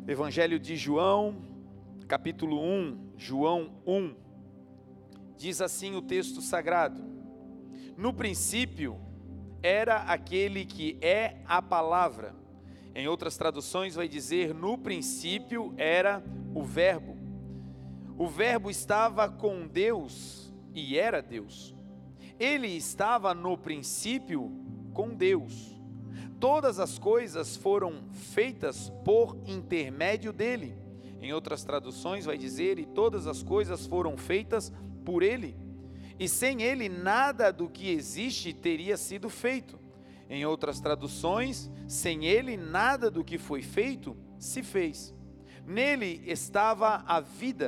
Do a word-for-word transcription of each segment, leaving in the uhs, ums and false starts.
Evangelho de João, capítulo um, João um, diz assim o texto sagrado: no princípio era aquele que é a palavra. Em outras traduções vai dizer: no princípio era o verbo. O verbo estava com Deus e era Deus. Ele estava no princípio com Deus. Todas as coisas foram feitas por intermédio dele. Em outras traduções vai dizer: e todas as coisas foram feitas por ele. E sem ele nada do que existe teria sido feito. Em outras traduções, sem ele nada do que foi feito se fez. Nele estava a vida,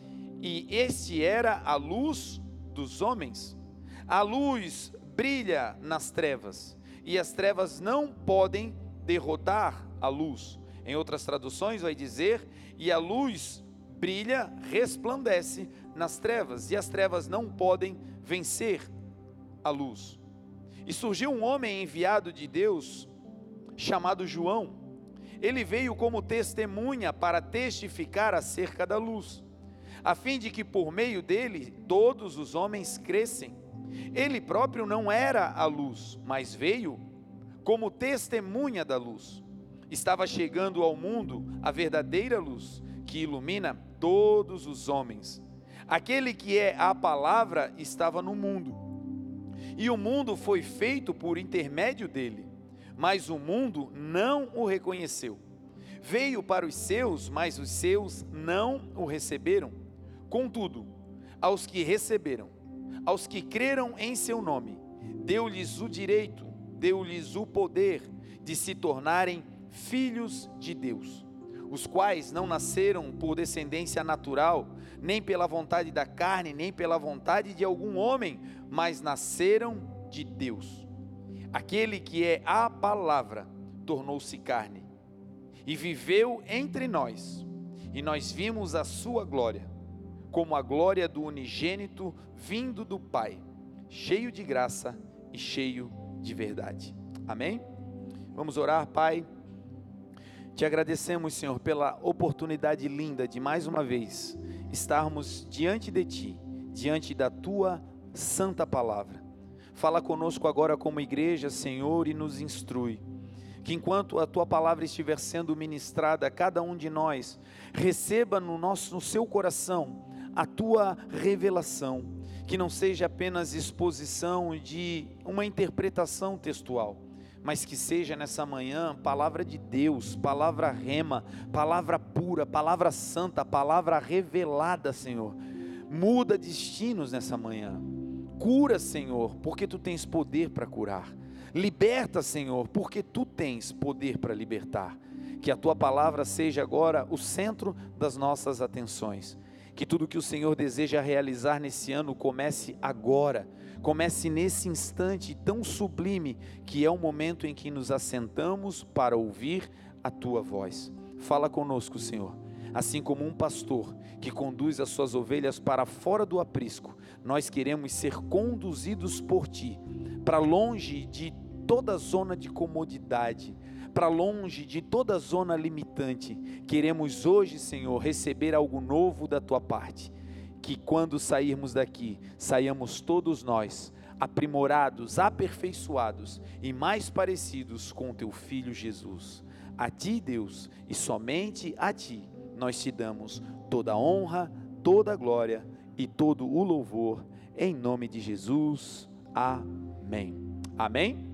e este era a luz dos homens. A luz brilha nas trevas, e as trevas não podem derrotar a luz. Em outras traduções vai dizer: e a luz brilha, resplandece nas trevas, e as trevas não podem vencer a luz. E surgiu um homem enviado de Deus, chamado João. Ele veio como testemunha para testificar acerca da luz, a fim de que por meio dele todos os homens crescem. Ele próprio não era a luz, mas veio como testemunha da luz. Estava chegando ao mundo a verdadeira luz, que ilumina todos os homens. Aquele que é a palavra estava no mundo, e o mundo foi feito por intermédio dele, mas o mundo não o reconheceu. Veio para os seus, mas os seus não o receberam. Contudo, aos que receberam, aos que creram em seu nome, deu-lhes o direito, deu-lhes o poder de se tornarem filhos de Deus, os quais não nasceram por descendência natural, nem pela vontade da carne, nem pela vontade de algum homem, mas nasceram de Deus. Aquele que é a palavra tornou-se carne e viveu entre nós, e nós vimos a sua glória, como a glória do unigênito vindo do Pai, cheio de graça e cheio de verdade. Amém? Vamos orar. Pai, te agradecemos, Senhor, pela oportunidade linda de mais uma vez estarmos diante de Ti, diante da Tua santa palavra. Fala conosco agora como igreja, Senhor, e nos instrui. Que enquanto a Tua palavra estiver sendo ministrada a cada um de nós, receba no, nosso, no seu coração a Tua revelação, que não seja apenas exposição de uma interpretação textual, mas que seja nessa manhã palavra de Deus, palavra rema, palavra pura, palavra santa, palavra revelada, Senhor. Muda destinos nessa manhã. Cura, Senhor, porque Tu tens poder para curar. Liberta, Senhor, porque Tu tens poder para libertar. Que a Tua palavra seja agora o centro das nossas atenções. Que tudo que o Senhor deseja realizar nesse ano comece agora, comece nesse instante tão sublime, que é o momento em que nos assentamos para ouvir a Tua voz. Fala conosco, Senhor. Assim como um pastor que conduz as suas ovelhas para fora do aprisco, nós queremos ser conduzidos por Ti, para longe de toda zona de comodidade, para longe de toda zona limitante. Queremos hoje, Senhor, receber algo novo da Tua parte, que quando sairmos daqui, saiamos todos nós aprimorados, aperfeiçoados e mais parecidos com o Teu Filho Jesus. A Ti, Deus, e somente a Ti, nós Te damos toda a honra, toda a glória e todo o louvor, em nome de Jesus. Amém. Amém?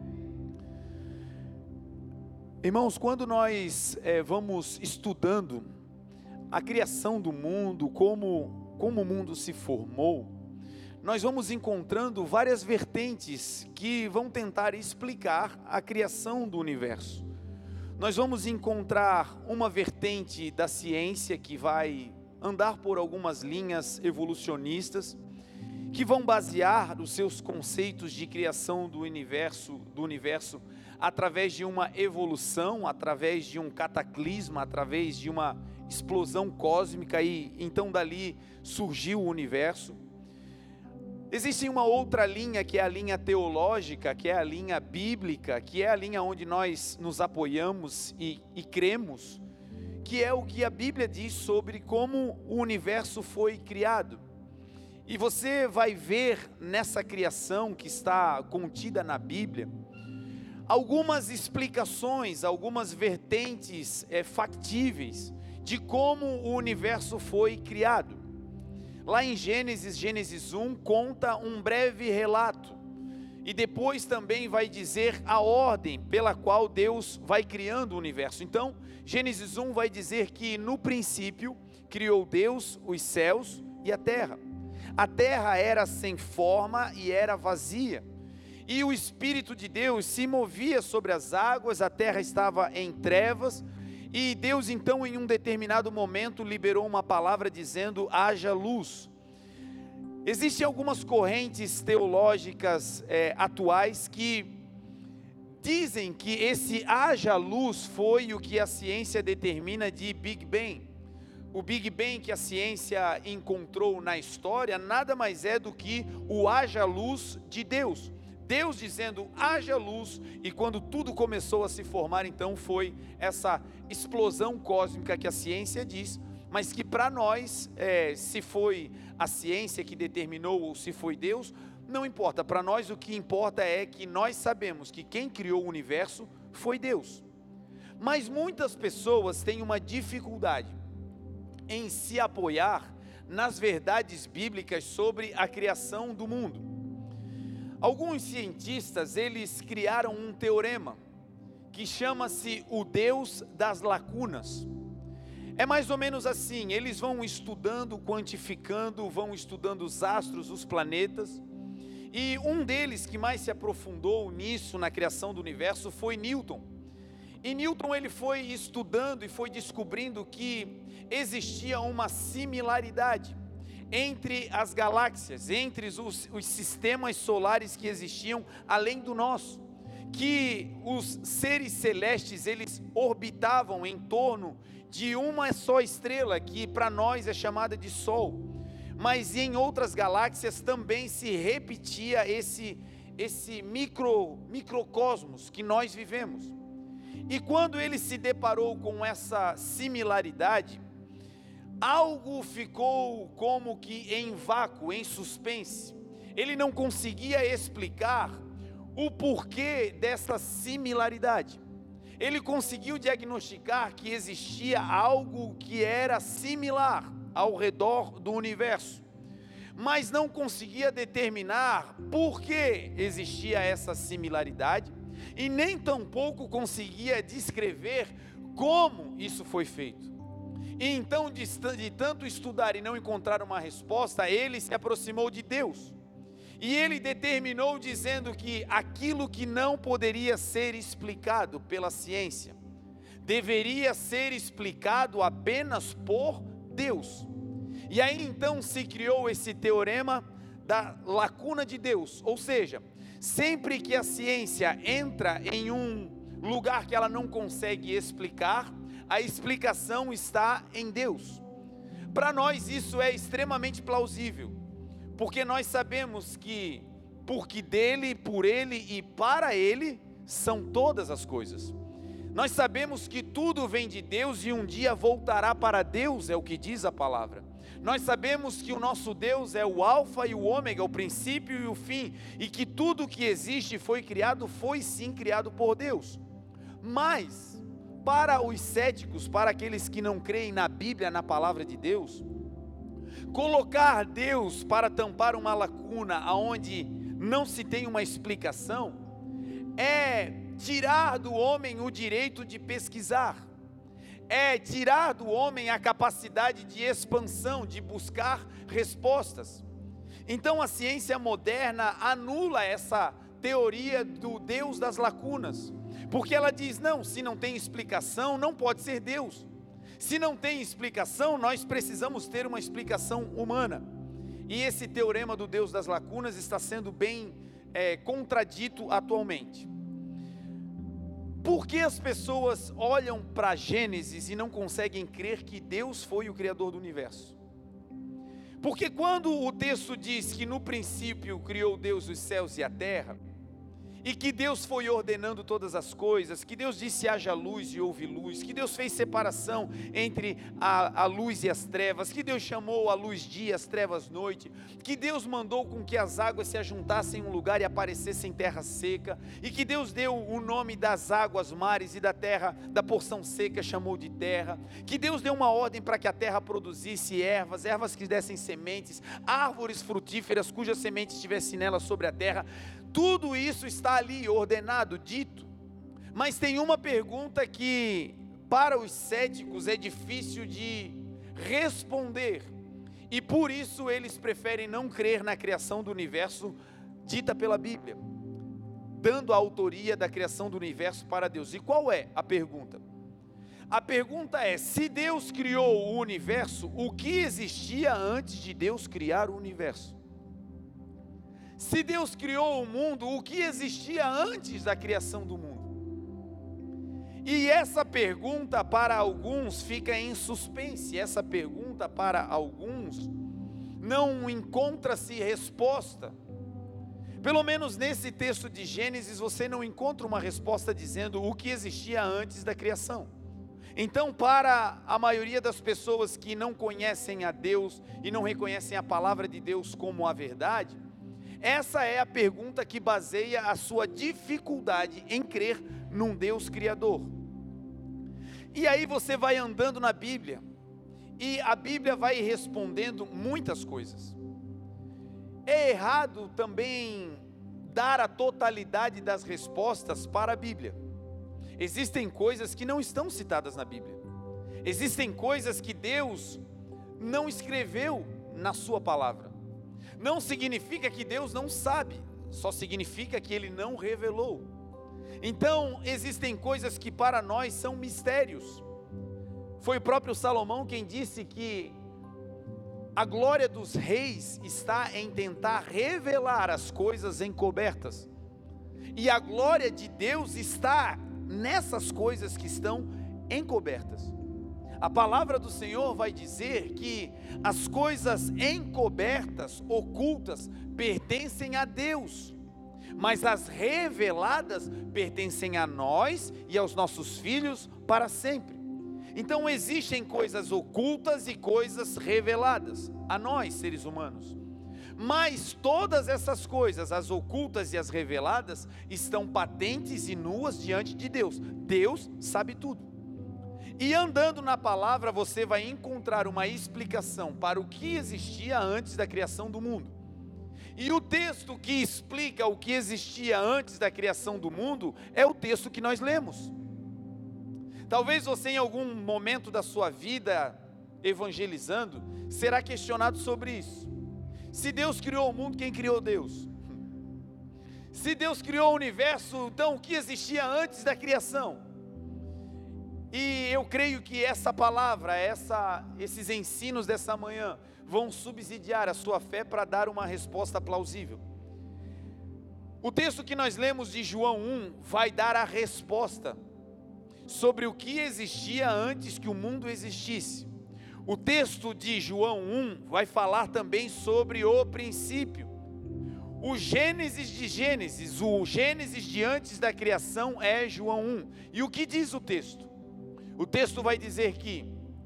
Irmãos, quando nós é, vamos estudando a criação do mundo, como, como o mundo se formou, nós vamos encontrando várias vertentes que vão tentar explicar a criação do universo. Nós vamos encontrar uma vertente da ciência que vai andar por algumas linhas evolucionistas, que vão basear os seus conceitos de criação do universo, do universo através de uma evolução, através de um cataclisma, através de uma explosão cósmica, e então dali surgiu o universo. Existe uma outra linha, que é a linha teológica, que é a linha bíblica, que é a linha onde nós nos apoiamos e, e cremos, que é o que a Bíblia diz sobre como o universo foi criado. E você vai ver nessa criação que está contida na Bíblia, algumas explicações, algumas vertentes é, factíveis de como o universo foi criado. Lá em Gênesis, Gênesis um, conta um breve relato, e depois também vai dizer a ordem pela qual Deus vai criando o universo. Então, Gênesis um vai dizer que no princípio criou Deus os céus e a terra. A terra era sem forma e era vazia, e o Espírito de Deus se movia sobre as águas, a terra estava em trevas, e Deus então em um determinado momento liberou uma palavra dizendo: haja luz. Existem algumas correntes teológicas é, atuais que dizem que esse haja luz foi o que a ciência determina de Big Bang. O Big Bang que a ciência encontrou na história nada mais é do que o haja luz de Deus. Deus dizendo haja luz, e quando tudo começou a se formar, então foi essa explosão cósmica que a ciência diz, mas que para nós, é, se foi a ciência que determinou ou se foi Deus, não importa. Para nós o que importa é que nós sabemos que quem criou o universo foi Deus. Mas muitas pessoas têm uma dificuldade em se apoiar nas verdades bíblicas sobre a criação do mundo. Alguns cientistas, eles criaram um teorema que chama-se o Deus das lacunas. É mais ou menos assim, eles vão estudando, quantificando, vão estudando os astros, os planetas, e um deles que mais se aprofundou nisso, na criação do universo, foi Newton. E Newton ele foi estudando e foi descobrindo que existia uma similaridade entre as galáxias, entre os, os sistemas solares que existiam além do nosso, que os seres celestes eles orbitavam em torno de uma só estrela, que para nós é chamada de Sol, mas em outras galáxias também se repetia esse, esse micro, microcosmos que nós vivemos. E quando ele se deparou com essa similaridade, algo ficou como que em vácuo, em suspense. Ele não conseguia explicar o porquê dessa similaridade. Ele conseguiu diagnosticar que existia algo que era similar ao redor do universo, mas não conseguia determinar por que existia essa similaridade, e nem tampouco conseguia descrever como isso foi feito. E então, de, de tanto estudar e não encontrar uma resposta, ele se aproximou de Deus. E ele determinou dizendo que aquilo que não poderia ser explicado pela ciência, deveria ser explicado apenas por Deus. E aí então se criou esse teorema da lacuna de Deus, ou seja, sempre que a ciência entra em um lugar que ela não consegue explicar, a explicação está em Deus. Para nós isso é extremamente plausível, porque nós sabemos que, porque dele, por ele e para ele, são todas as coisas. Nós sabemos que tudo vem de Deus e um dia voltará para Deus, é o que diz a palavra. Nós sabemos que o nosso Deus é o alfa e o ômega, o princípio e o fim, e que tudo que existe e foi criado, foi sim criado por Deus. Mas, para os céticos, para aqueles que não creem na Bíblia, na palavra de Deus, colocar Deus para tampar uma lacuna aonde não se tem uma explicação, é tirar do homem o direito de pesquisar, é tirar do homem a capacidade de expansão, de buscar respostas. Então a ciência moderna anula essa teoria do Deus das lacunas, porque ela diz, não, se não tem explicação, não pode ser Deus. Se não tem explicação, nós precisamos ter uma explicação humana. E esse teorema do Deus das lacunas está sendo bem é, contradito atualmente. Por que as pessoas olham para Gênesis e não conseguem crer que Deus foi o Criador do universo? Porque quando o texto diz que no princípio criou Deus os céus e a terra, e que Deus foi ordenando todas as coisas, que Deus disse haja luz e houve luz, que Deus fez separação entre a, a luz e as trevas, que Deus chamou a luz dia, as trevas noite, que Deus mandou com que as águas se ajuntassem em um lugar e aparecessem terra seca, e que Deus deu o nome das águas, mares, e da terra, da porção seca chamou de terra, que Deus deu uma ordem para que a terra produzisse ervas, ervas que dessem sementes, árvores frutíferas cuja semente estivesse nela sobre a terra. Tudo isso está ali ordenado, dito, mas tem uma pergunta que para os céticos é difícil de responder, e por isso eles preferem não crer na criação do universo dita pela Bíblia, dando a autoria da criação do universo para Deus. E qual é a pergunta? A pergunta é: se Deus criou o universo, o que existia antes de Deus criar o universo? Se Deus criou o mundo, o que existia antes da criação do mundo? E essa pergunta para alguns fica em suspense, essa pergunta para alguns não encontra-se resposta. Pelo menos nesse texto de Gênesis você não encontra uma resposta dizendo o que existia antes da criação. Então, para a maioria das pessoas que não conhecem a Deus e não reconhecem a palavra de Deus como a verdade, essa é a pergunta que baseia a sua dificuldade em crer num Deus Criador. E aí você vai andando na Bíblia, e a Bíblia vai respondendo muitas coisas. É errado também dar a totalidade das respostas para a Bíblia. Existem coisas que não estão citadas na Bíblia. Existem coisas que Deus não escreveu na sua palavra. Não significa que Deus não sabe, só significa que Ele não revelou. Então, existem coisas que para nós são mistérios. Foi o próprio Salomão quem disse que a glória dos reis está em tentar revelar as coisas encobertas. E a glória de Deus está nessas coisas que estão encobertas. A palavra do Senhor vai dizer que as coisas encobertas, ocultas, pertencem a Deus, mas as reveladas pertencem a nós e aos nossos filhos para sempre. Então existem coisas ocultas e coisas reveladas a nós, seres humanos. Mas todas essas coisas, as ocultas e as reveladas, estão patentes e nuas diante de Deus. Deus sabe tudo. E andando na palavra você vai encontrar uma explicação para o que existia antes da criação do mundo. E o texto que explica o que existia antes da criação do mundo é o texto que nós lemos. Talvez você em algum momento da sua vida evangelizando será questionado sobre isso. Se Deus criou o mundo, quem criou Deus? Se Deus criou o universo, então o que existia antes da criação? E eu creio que essa palavra, essa, esses ensinos dessa manhã vão subsidiar a sua fé para dar uma resposta plausível. O texto que nós lemos de João um vai dar a resposta sobre o que existia antes que o mundo existisse. O texto de João um vai falar também sobre o princípio. O Gênesis de Gênesis, o Gênesis de antes da criação é João um. E o que diz o texto? O texto vai dizer que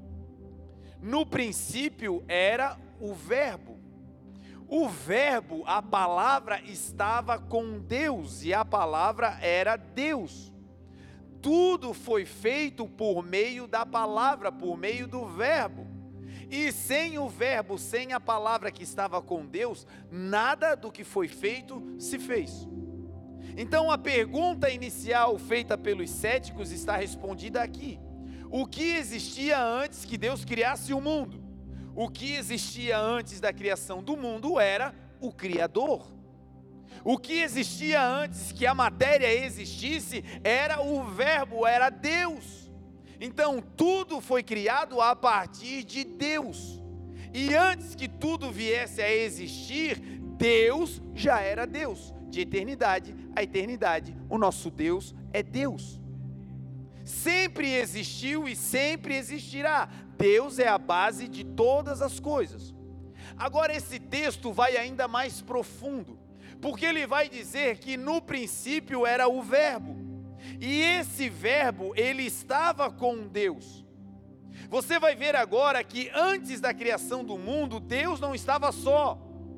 no princípio era o verbo. O verbo, a palavra estava com Deus e a palavra era Deus. Tudo foi feito por meio da palavra, por meio do verbo. E sem o verbo, sem a palavra que estava com Deus, nada do que foi feito se fez. Então a pergunta inicial feita pelos céticos está respondida aqui. O que existia antes que Deus criasse o mundo? O que existia antes da criação do mundo era o Criador. O que existia antes que a matéria existisse era o verbo, era Deus. Então tudo foi criado a partir de Deus. E antes que tudo viesse a existir, Deus já era Deus. De eternidade a eternidade, o nosso Deus é Deus. Sempre existiu e sempre existirá. Deus é a base de todas as coisas. Agora esse texto vai ainda mais profundo, porque ele vai dizer que no princípio era o verbo, e esse verbo, ele estava com Deus. Você vai ver agora que antes da criação do mundo, Deus não estava só.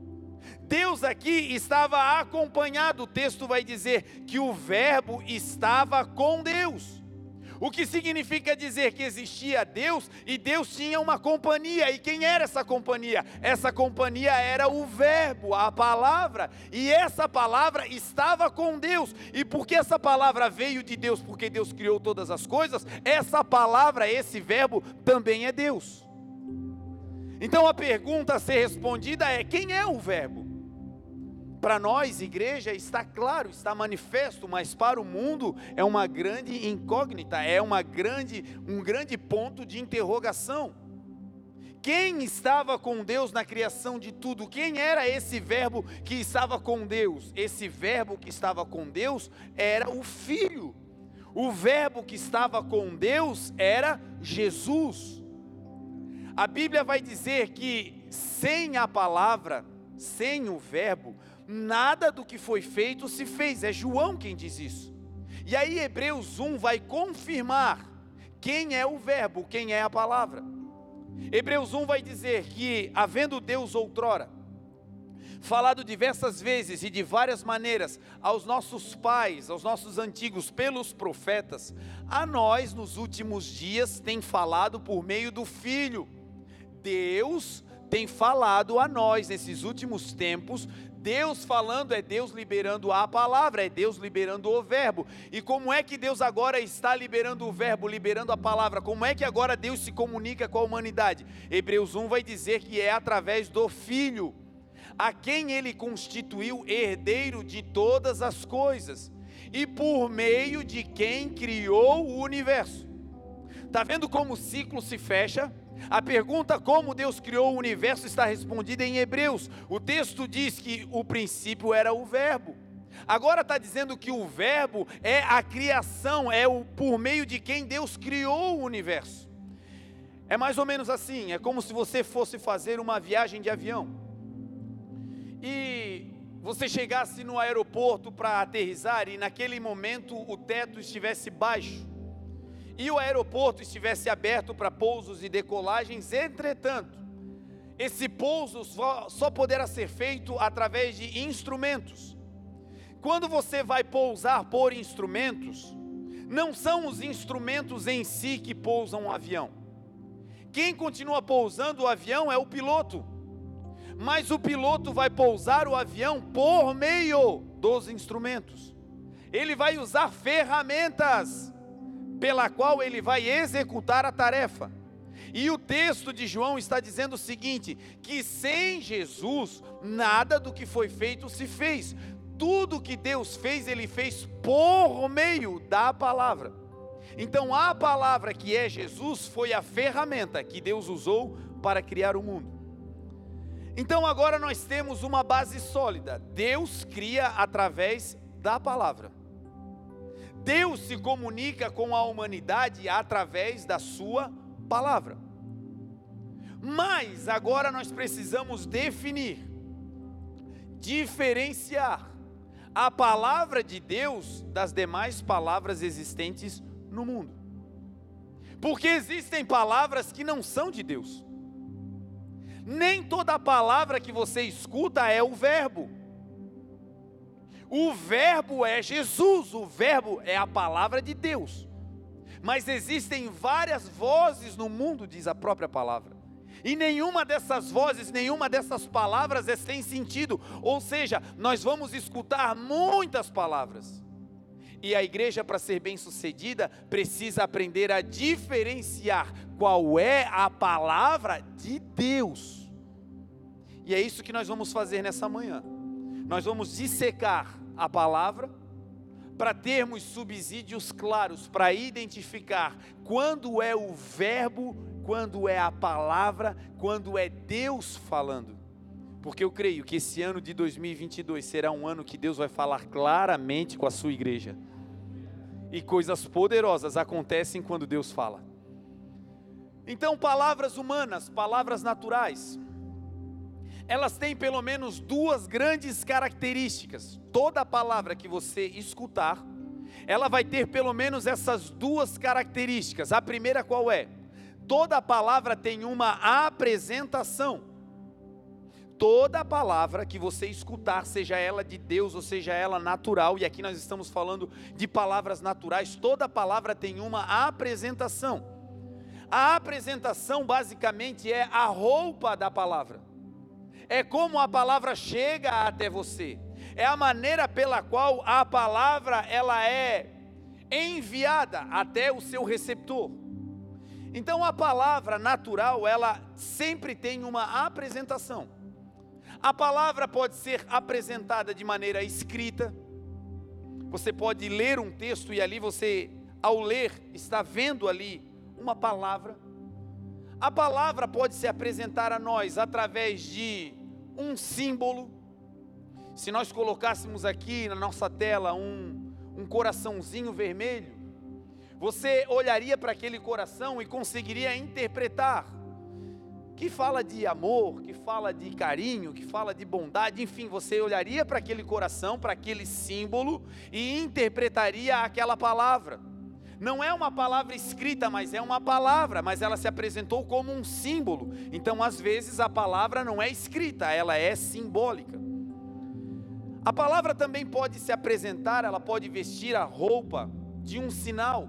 Deus aqui estava acompanhado. O texto vai dizer que o verbo estava com Deus. O que significa dizer que existia Deus e Deus tinha uma companhia. E quem era essa companhia? Essa companhia era o verbo, a palavra. E essa palavra estava com Deus. E porque essa palavra veio de Deus, porque Deus criou todas as coisas, essa palavra, esse verbo também é Deus. Então a pergunta a ser respondida é: quem é o verbo? Para nós, igreja, está claro, está manifesto, mas para o mundo é uma grande incógnita, é uma grande, um grande ponto de interrogação. Quem estava com Deus na criação de tudo? Quem era esse verbo que estava com Deus? Esse verbo que estava com Deus era o Filho. O verbo que estava com Deus era Jesus. A Bíblia vai dizer que sem a palavra, sem o verbo, nada do que foi feito se fez. É João quem diz isso. E aí Hebreus um vai confirmar quem é o verbo, quem é a palavra. Hebreus um vai dizer que, havendo Deus outrora falado diversas vezes e de várias maneiras aos nossos pais, aos nossos antigos pelos profetas, a nós nos últimos dias tem falado por meio do Filho. Deus tem falado a nós nesses últimos tempos. Deus falando é Deus liberando a palavra, é Deus liberando o verbo. E como é que Deus agora está liberando o verbo, liberando a palavra? Como é que agora Deus se comunica com a humanidade? Hebreus um vai dizer que é através do Filho, a quem Ele constituiu herdeiro de todas as coisas, e por meio de quem criou o universo. Está vendo como o ciclo se fecha? A pergunta como Deus criou o universo está respondida em Hebreus. O texto diz que o princípio era o verbo. Agora está dizendo que o verbo é a criação, é o por meio de quem Deus criou o universo. É mais ou menos assim, é como se você fosse fazer uma viagem de avião e você chegasse no aeroporto para aterrissar e naquele momento o teto estivesse baixo e o aeroporto estivesse aberto para pousos e decolagens. Entretanto, esse pouso só, só poderá ser feito através de instrumentos. Quando você vai pousar por instrumentos, não são os instrumentos em si que pousam o avião. Quem continua pousando o avião é o piloto, mas o piloto vai pousar o avião por meio dos instrumentos. Ele vai usar ferramentas pela qual ele vai executar a tarefa. E o texto de João está dizendo o seguinte, que sem Jesus, nada do que foi feito se fez. Tudo que Deus fez, Ele fez por meio da palavra. Então a palavra que é Jesus foi a ferramenta que Deus usou para criar o mundo. Então agora nós temos uma base sólida. Deus cria através da palavra. Deus se comunica com a humanidade através da sua palavra. Mas agora nós precisamos definir, diferenciar a palavra de Deus das demais palavras existentes no mundo. Porque existem palavras que não são de Deus. Nem toda palavra que você escuta é o verbo. O verbo é Jesus, o verbo é a palavra de Deus. Mas existem várias vozes no mundo, diz a própria palavra. E nenhuma dessas vozes, nenhuma dessas palavras é sem sentido. Ou seja, nós vamos escutar muitas palavras. E a igreja, para ser bem sucedida, precisa aprender a diferenciar qual é a palavra de Deus. E é isso que nós vamos fazer nessa manhã. Nós vamos dissecar a palavra para termos subsídios claros, para identificar quando é o verbo, quando é a palavra, quando é Deus falando. Porque eu creio que esse ano de dois mil e vinte e dois será um ano que Deus vai falar claramente com a sua igreja. E coisas poderosas acontecem quando Deus fala. Então, palavras humanas, palavras naturais. elas têm pelo menos duas grandes características. Toda palavra que você escutar, ela vai ter pelo menos essas duas características. A primeira qual é? Toda palavra tem uma apresentação. Toda palavra que você escutar, seja ela de Deus ou seja ela natural, e aqui nós estamos falando de palavras naturais, toda palavra tem uma apresentação. A apresentação basicamente é a roupa da palavra. É como a palavra chega até você. É a maneira pela qual a palavra ela é enviada até o seu receptor. Então a palavra natural, ela sempre tem uma apresentação. A palavra pode ser apresentada de maneira escrita. Você pode ler um texto e ali você, ao ler, está vendo ali uma palavra. A palavra pode se apresentar a nós através de um símbolo. Se nós colocássemos aqui na nossa tela um, um coraçãozinho vermelho, você olharia para aquele coração e conseguiria interpretar, que fala de amor, que fala de carinho, que fala de bondade, enfim, você olharia para aquele coração, para aquele símbolo e interpretaria aquela palavra. Não é uma palavra escrita, mas é uma palavra, mas ela se apresentou como um símbolo. Então, às vezes, a palavra não é escrita, ela é simbólica. A palavra também pode se apresentar, ela pode vestir a roupa de um sinal.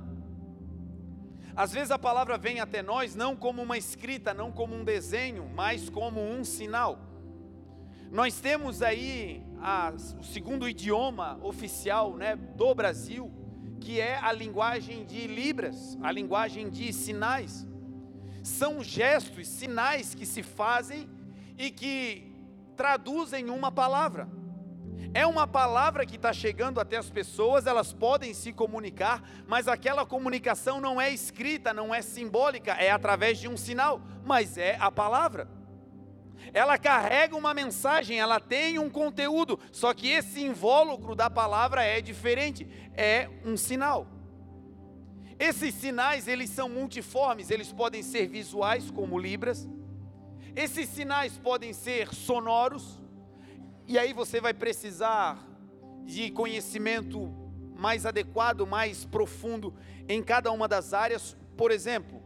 Às vezes a palavra vem até nós não como uma escrita, não como um desenho, mas como um sinal. Nós temos aí a, o segundo idioma oficial, né, do Brasil, que é a linguagem de Libras, a linguagem de sinais. São gestos, sinais que se fazem e que traduzem uma palavra. É uma palavra que está chegando até as pessoas, elas podem se comunicar, mas aquela comunicação não é escrita, não é simbólica, é através de um sinal, mas é a palavra. Ela carrega uma mensagem, ela tem um conteúdo, só que esse invólucro da palavra é diferente, é um sinal. Esses sinais, eles são multiformes, eles podem ser visuais, como Libras. Esses sinais podem ser sonoros, e aí você vai precisar de conhecimento mais adequado, mais profundo em cada uma das áreas. Por exemplo,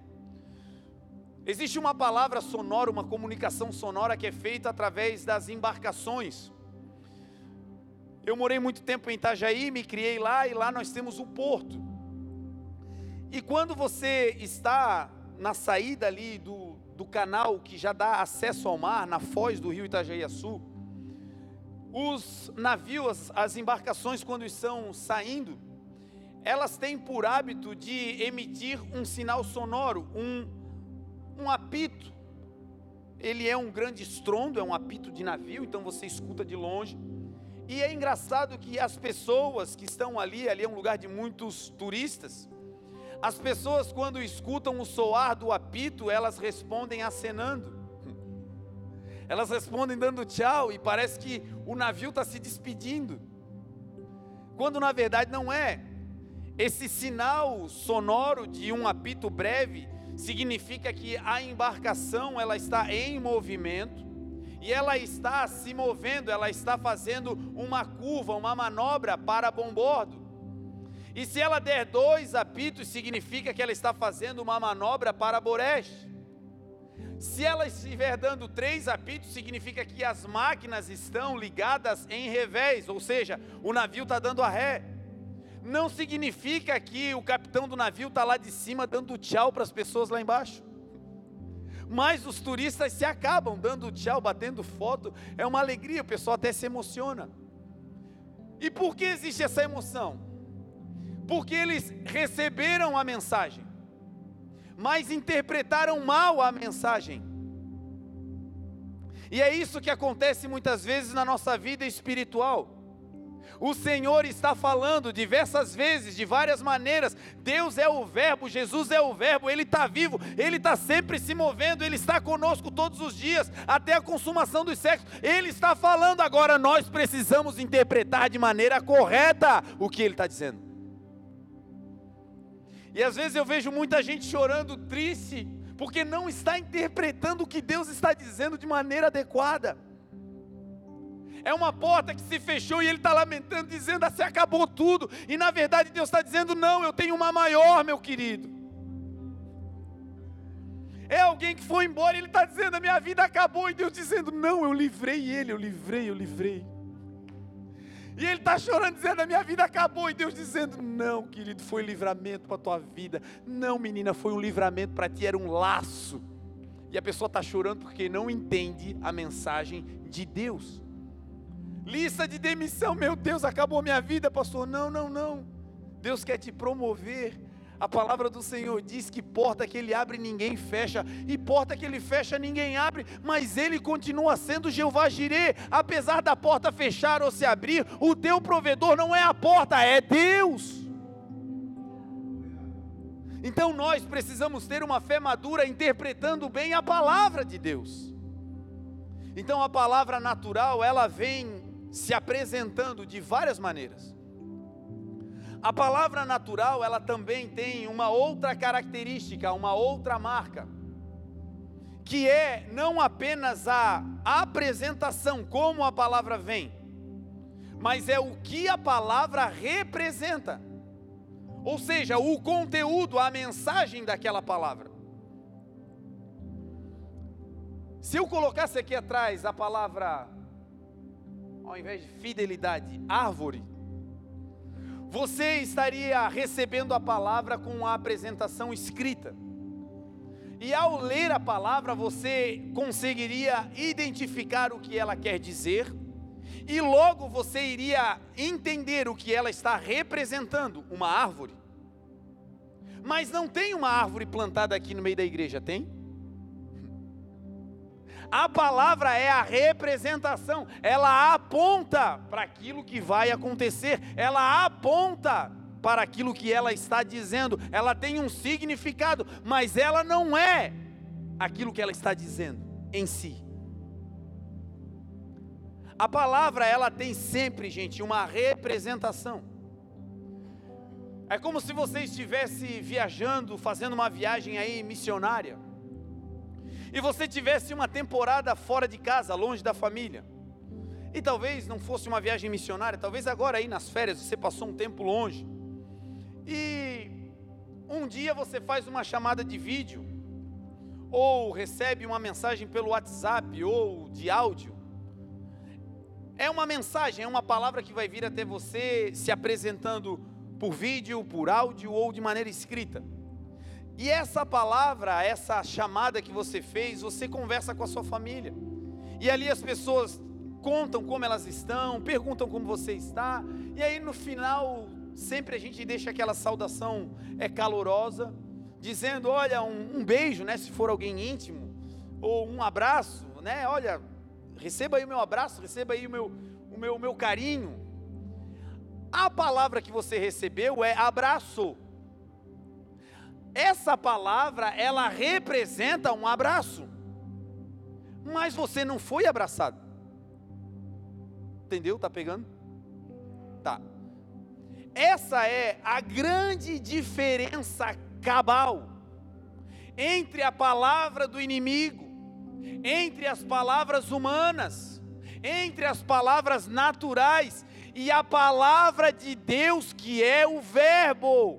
existe uma palavra sonora, uma comunicação sonora que é feita através das embarcações. Eu morei muito tempo em Itajaí, me criei lá, e lá nós temos o porto. E quando você está na saída ali do, do canal que já dá acesso ao mar, na foz do rio Itajaí-Açu, os navios, as embarcações, quando estão saindo, elas têm por hábito de emitir um sinal sonoro, um, um apito. Ele é um grande estrondo, é um apito de navio, então você escuta de longe. E é engraçado que as pessoas que estão ali, ali é um lugar de muitos turistas, as pessoas quando escutam o soar do apito, elas respondem acenando. Elas respondem dando tchau, e parece que o navio está se despedindo, quando na verdade não é. Esse sinal sonoro de um apito breve significa que a embarcação ela está em movimento, e ela está se movendo, ela está fazendo uma curva, uma manobra para bombordo. E se ela der dois apitos, significa que ela está fazendo uma manobra para boreste. Se ela estiver dando três apitos, significa que as máquinas estão ligadas em revés, ou seja, o navio está dando a ré. Não significa que o capitão do navio está lá de cima dando tchau para as pessoas lá embaixo. Mas os turistas se acabam dando tchau, batendo foto, é uma alegria, o pessoal até se emociona. E por que existe essa emoção? Porque eles receberam a mensagem, mas interpretaram mal a mensagem. E é isso que acontece muitas vezes na nossa vida espiritual. O Senhor está falando diversas vezes, de várias maneiras. Deus é o verbo, Jesus é o verbo, Ele está vivo, Ele está sempre se movendo, Ele está conosco todos os dias, até a consumação dos séculos. Ele está falando, agora nós precisamos interpretar de maneira correta o que Ele está dizendo. E às vezes eu vejo muita gente chorando, triste, porque não está interpretando o que Deus está dizendo de maneira adequada. É uma porta que se fechou e ele está lamentando, dizendo assim, acabou tudo. E na verdade Deus está dizendo, não, eu tenho uma maior, meu querido. É alguém que foi embora e ele está dizendo, a minha vida acabou. E Deus dizendo, não, eu livrei ele, eu livrei, eu livrei. E ele está chorando, dizendo, a minha vida acabou. E Deus dizendo, não, querido, foi livramento para a tua vida. Não, menina, foi um livramento para ti, era um laço. E a pessoa está chorando porque não entende a mensagem de Deus. Lista de demissão, meu Deus, acabou minha vida, pastor. Não, não, não. Deus quer te promover. A palavra do Senhor diz que porta que Ele abre, ninguém fecha. E porta que Ele fecha, ninguém abre. Mas Ele continua sendo Jeová Jirê. Apesar da porta fechar ou se abrir, o teu provedor não é a porta, é Deus. Então nós precisamos ter uma fé madura, interpretando bem a palavra de Deus. Então a palavra natural, ela vem se apresentando de várias maneiras. A palavra natural, ela também tem uma outra característica, uma outra marca, que é não apenas a apresentação, como a palavra vem, mas é o que a palavra representa, ou seja, o conteúdo, a mensagem daquela palavra. Se eu colocasse aqui atrás a palavra, ao invés de fidelidade, árvore, você estaria recebendo a palavra com a apresentação escrita. E ao ler a palavra, você conseguiria identificar o que ela quer dizer, e logo você iria entender o que ela está representando, uma árvore. Mas não tem uma árvore plantada aqui no meio da igreja, tem? A palavra é a representação, ela aponta para aquilo que vai acontecer, ela aponta para aquilo que ela está dizendo, ela tem um significado, mas ela não é aquilo que ela está dizendo em si. A palavra, ela tem sempre, gente, uma representação. É como se você estivesse viajando, fazendo uma viagem aí missionária, e você tivesse uma temporada fora de casa, longe da família, e talvez não fosse uma viagem missionária, talvez agora aí nas férias você passou um tempo longe, e um dia você faz uma chamada de vídeo, ou recebe uma mensagem pelo WhatsApp, ou de áudio. É uma mensagem, é uma palavra que vai vir até você, se apresentando por vídeo, por áudio, ou de maneira escrita. E essa palavra, essa chamada que você fez, você conversa com a sua família. E ali as pessoas contam como elas estão, perguntam como você está. E aí no final, sempre a gente deixa aquela saudação é calorosa, dizendo, olha, um, um beijo, né, se for alguém íntimo, ou um abraço, né, olha, receba aí o meu abraço, receba aí o meu, o meu, o meu carinho. A palavra que você recebeu é abraço. Essa palavra, ela representa um abraço, mas você não foi abraçado. Entendeu? Tá pegando? Tá. Essa é a grande diferença cabal entre a palavra do inimigo, entre as palavras humanas, entre as palavras naturais e a palavra de Deus, que é o verbo.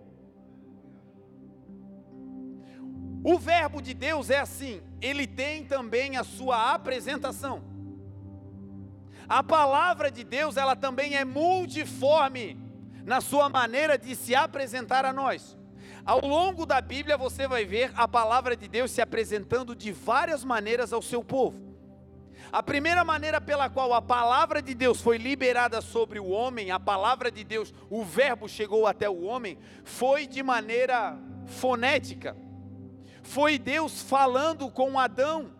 O verbo de Deus é assim, ele tem também a sua apresentação. A palavra de Deus, ela também é multiforme na sua maneira de se apresentar a nós. Ao longo da Bíblia você vai ver a palavra de Deus se apresentando de várias maneiras ao seu povo. A primeira maneira pela qual a palavra de Deus foi liberada sobre o homem, a palavra de Deus, o verbo chegou até o homem, foi de maneira fonética. Foi Deus falando com Adão.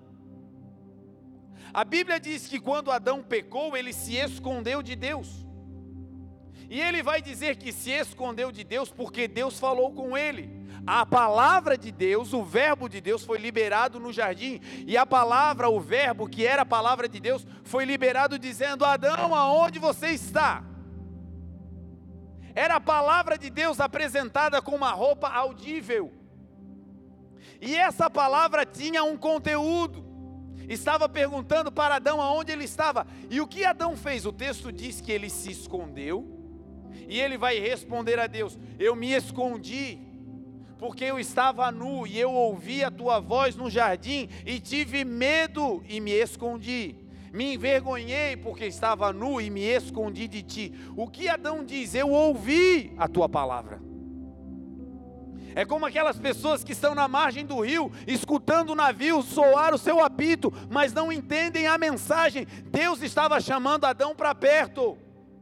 A Bíblia diz que quando Adão pecou, ele se escondeu de Deus. E ele vai dizer que se escondeu de Deus porque Deus falou com ele. A palavra de Deus, o verbo de Deus foi liberado no jardim. E a palavra, o verbo, que era a palavra de Deus, foi liberado dizendo, Adão, aonde você está? Era a palavra de Deus apresentada com uma roupa audível. E essa palavra tinha um conteúdo. estava perguntando para Adão aonde ele estava. E o que Adão fez? O texto diz que ele se escondeu, e ele vai responder a Deus: eu me escondi, porque eu estava nu, e eu ouvi a tua voz no jardim, e tive medo, e me escondi. Me envergonhei, porque estava nu, e me escondi de ti. O que Adão diz? Eu ouvi a tua palavra. É como aquelas pessoas que estão na margem do rio, escutando o navio soar o seu apito, mas não entendem a mensagem. Deus estava chamando Adão para perto,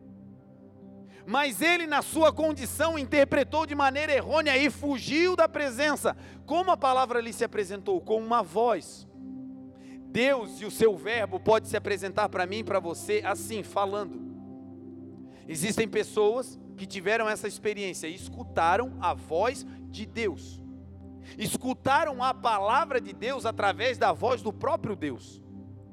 mas ele, na sua condição, interpretou de maneira errônea e fugiu da presença. Como a palavra lhe se apresentou? Com uma voz. Deus e o seu verbo pode se apresentar para mim e para você assim, falando. Existem pessoas que tiveram essa experiência, escutaram a voz de Deus, escutaram a palavra de Deus através da voz do próprio Deus.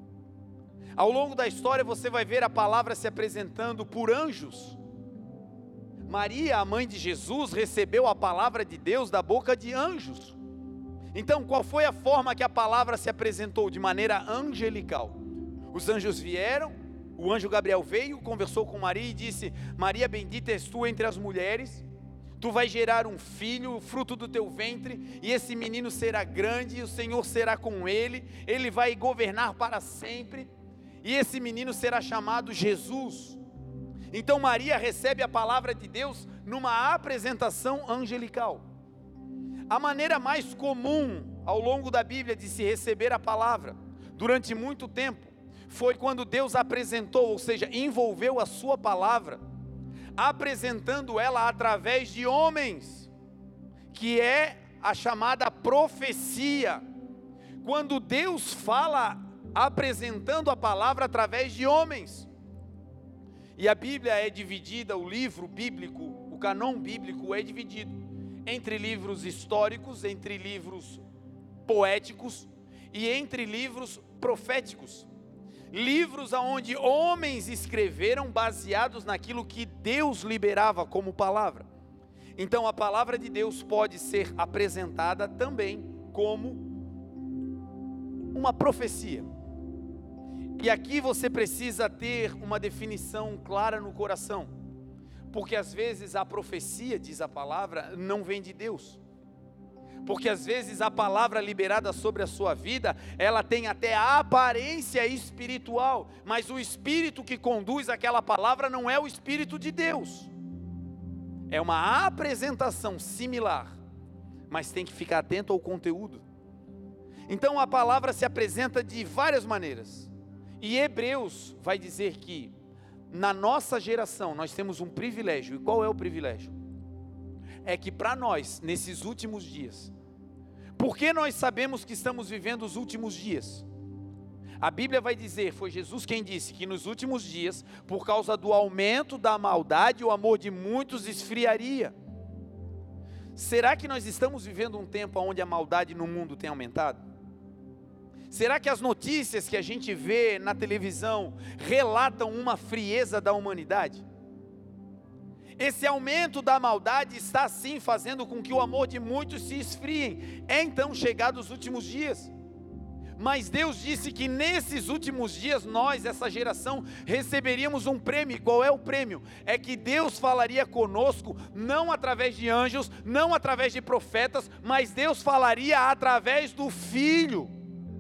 Ao longo da história você vai ver a palavra se apresentando por anjos. Maria, a mãe de Jesus, recebeu a palavra de Deus da boca de anjos. Então, qual foi a forma que a palavra se apresentou? De maneira angelical. Os anjos vieram, o anjo Gabriel veio, conversou com Maria e disse: Maria, bendita és tu entre as mulheres, tu vais gerar um filho, fruto do teu ventre, e esse menino será grande, e o Senhor será com ele, ele vai governar para sempre, e esse menino será chamado Jesus. Então Maria recebe a palavra de Deus numa apresentação angelical. A maneira mais comum ao longo da Bíblia de se receber a palavra, durante muito tempo, foi quando Deus apresentou, ou seja, envolveu a sua palavra, apresentando ela através de homens, que é a chamada profecia. Quando Deus fala apresentando a palavra através de homens. E a Bíblia é dividida, o livro bíblico, o canon bíblico é dividido entre livros históricos, entre livros poéticos e entre livros proféticos. Livros onde homens escreveram baseados naquilo que Deus liberava como palavra. Então a palavra de Deus pode ser apresentada também como uma profecia. E aqui você precisa ter uma definição clara no coração, porque às vezes a profecia, diz a palavra, não vem de Deus. Porque às vezes a palavra liberada sobre a sua vida, ela tem até a aparência espiritual, mas o espírito que conduz aquela palavra não é o espírito de Deus. É uma apresentação similar, mas tem que ficar atento ao conteúdo. Então a palavra se apresenta de várias maneiras. E Hebreus vai dizer que na nossa geração nós temos um privilégio. E qual é o privilégio? É que para nós, nesses últimos dias, porque nós sabemos que estamos vivendo os últimos dias? A Bíblia vai dizer, foi Jesus quem disse, que nos últimos dias, por causa do aumento da maldade, o amor de muitos esfriaria. Será que nós estamos vivendo um tempo onde a maldade no mundo tem aumentado? Será que as notícias que a gente vê na televisão relatam uma frieza da humanidade? Esse aumento da maldade está sim fazendo com que o amor de muitos se esfriem. É então chegado os últimos dias. Mas Deus disse que nesses últimos dias nós, essa geração, receberíamos um prêmio. Qual é o prêmio? É que Deus falaria conosco, não através de anjos, não através de profetas, mas Deus falaria através do Filho.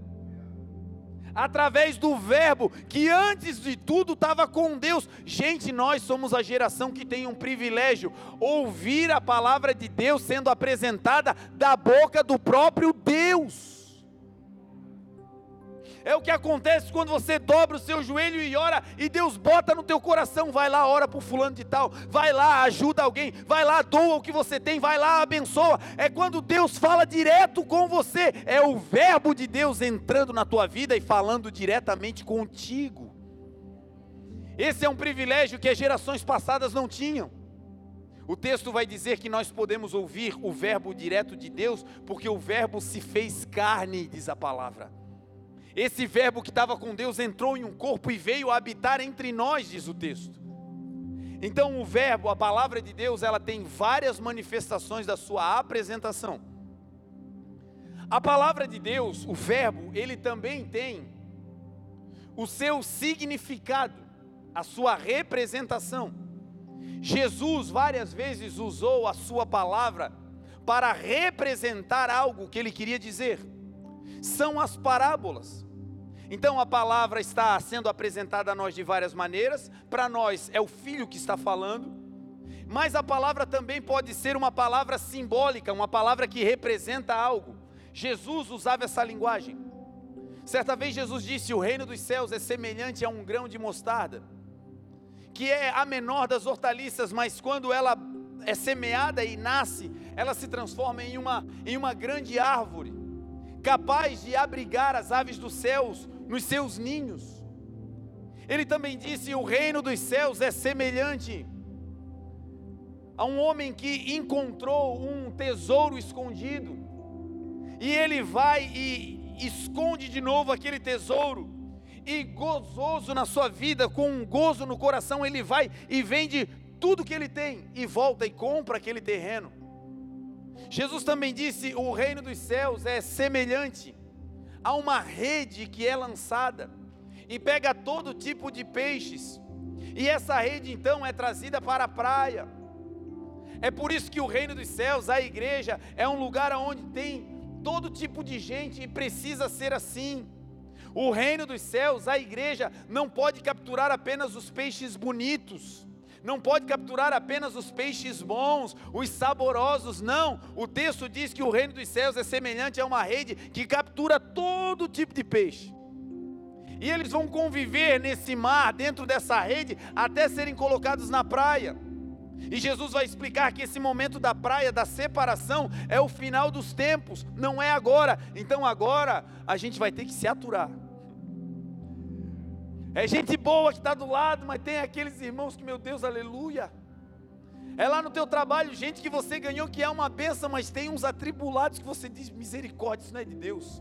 Através do verbo, que antes de tudo estava com Deus. Gente, nós somos a geração que tem um privilégio, ouvir a palavra de Deus sendo apresentada da boca do próprio Deus. É o que acontece quando você dobra o seu joelho e ora, e Deus bota no teu coração, vai lá, ora por fulano de tal, vai lá, ajuda alguém, vai lá, doa o que você tem, vai lá, abençoa. É quando Deus fala direto com você, é o verbo de Deus entrando na tua vida e falando diretamente contigo. Esse é um privilégio que as gerações passadas não tinham. O texto vai dizer que nós podemos ouvir o verbo direto de Deus, porque o verbo se fez carne, diz a palavra. Esse verbo que estava com Deus entrou em um corpo e veio habitar entre nós, diz o texto. Então o verbo, a palavra de Deus, ela tem várias manifestações da sua apresentação. A palavra de Deus, o verbo, ele também tem o seu significado, a sua representação. Jesus várias vezes usou a sua palavra para representar algo que ele queria dizer. São as parábolas. Então a palavra está sendo apresentada a nós de várias maneiras. Para nós é o Filho que está falando, mas a palavra também pode ser uma palavra simbólica, uma palavra que representa algo. Jesus usava essa linguagem. Certa vez Jesus disse: o reino dos céus é semelhante a um grão de mostarda, que é a menor das hortaliças, mas quando ela é semeada e nasce, ela se transforma em uma, em uma grande árvore, capaz de abrigar as aves dos céus nos seus ninhos. Ele também disse: o reino dos céus é semelhante a um homem que encontrou um tesouro escondido, e ele vai e esconde de novo aquele tesouro, e gozoso na sua vida, com um gozo no coração, ele vai e vende tudo que ele tem, e volta e compra aquele terreno. Jesus também disse: o reino dos céus é semelhante a uma rede que é lançada, e pega todo tipo de peixes, e essa rede então é trazida para a praia. É por isso que o reino dos céus, a igreja, é um lugar onde tem todo tipo de gente, e precisa ser assim. O reino dos céus, a igreja, não pode capturar apenas os peixes bonitos, não pode capturar apenas os peixes bons, os saborosos, não. O texto diz que o reino dos céus é semelhante a uma rede que captura todo tipo de peixe, e eles vão conviver nesse mar, dentro dessa rede, até serem colocados na praia. E Jesus vai explicar que esse momento da praia, da separação, é o final dos tempos, não é agora. Então agora a gente vai ter que se aturar. É gente boa que está do lado, mas tem aqueles irmãos que, meu Deus, aleluia. É lá no teu trabalho, gente que você ganhou, que é uma bênção, mas tem uns atribulados que você diz: misericórdia, isso não é de Deus.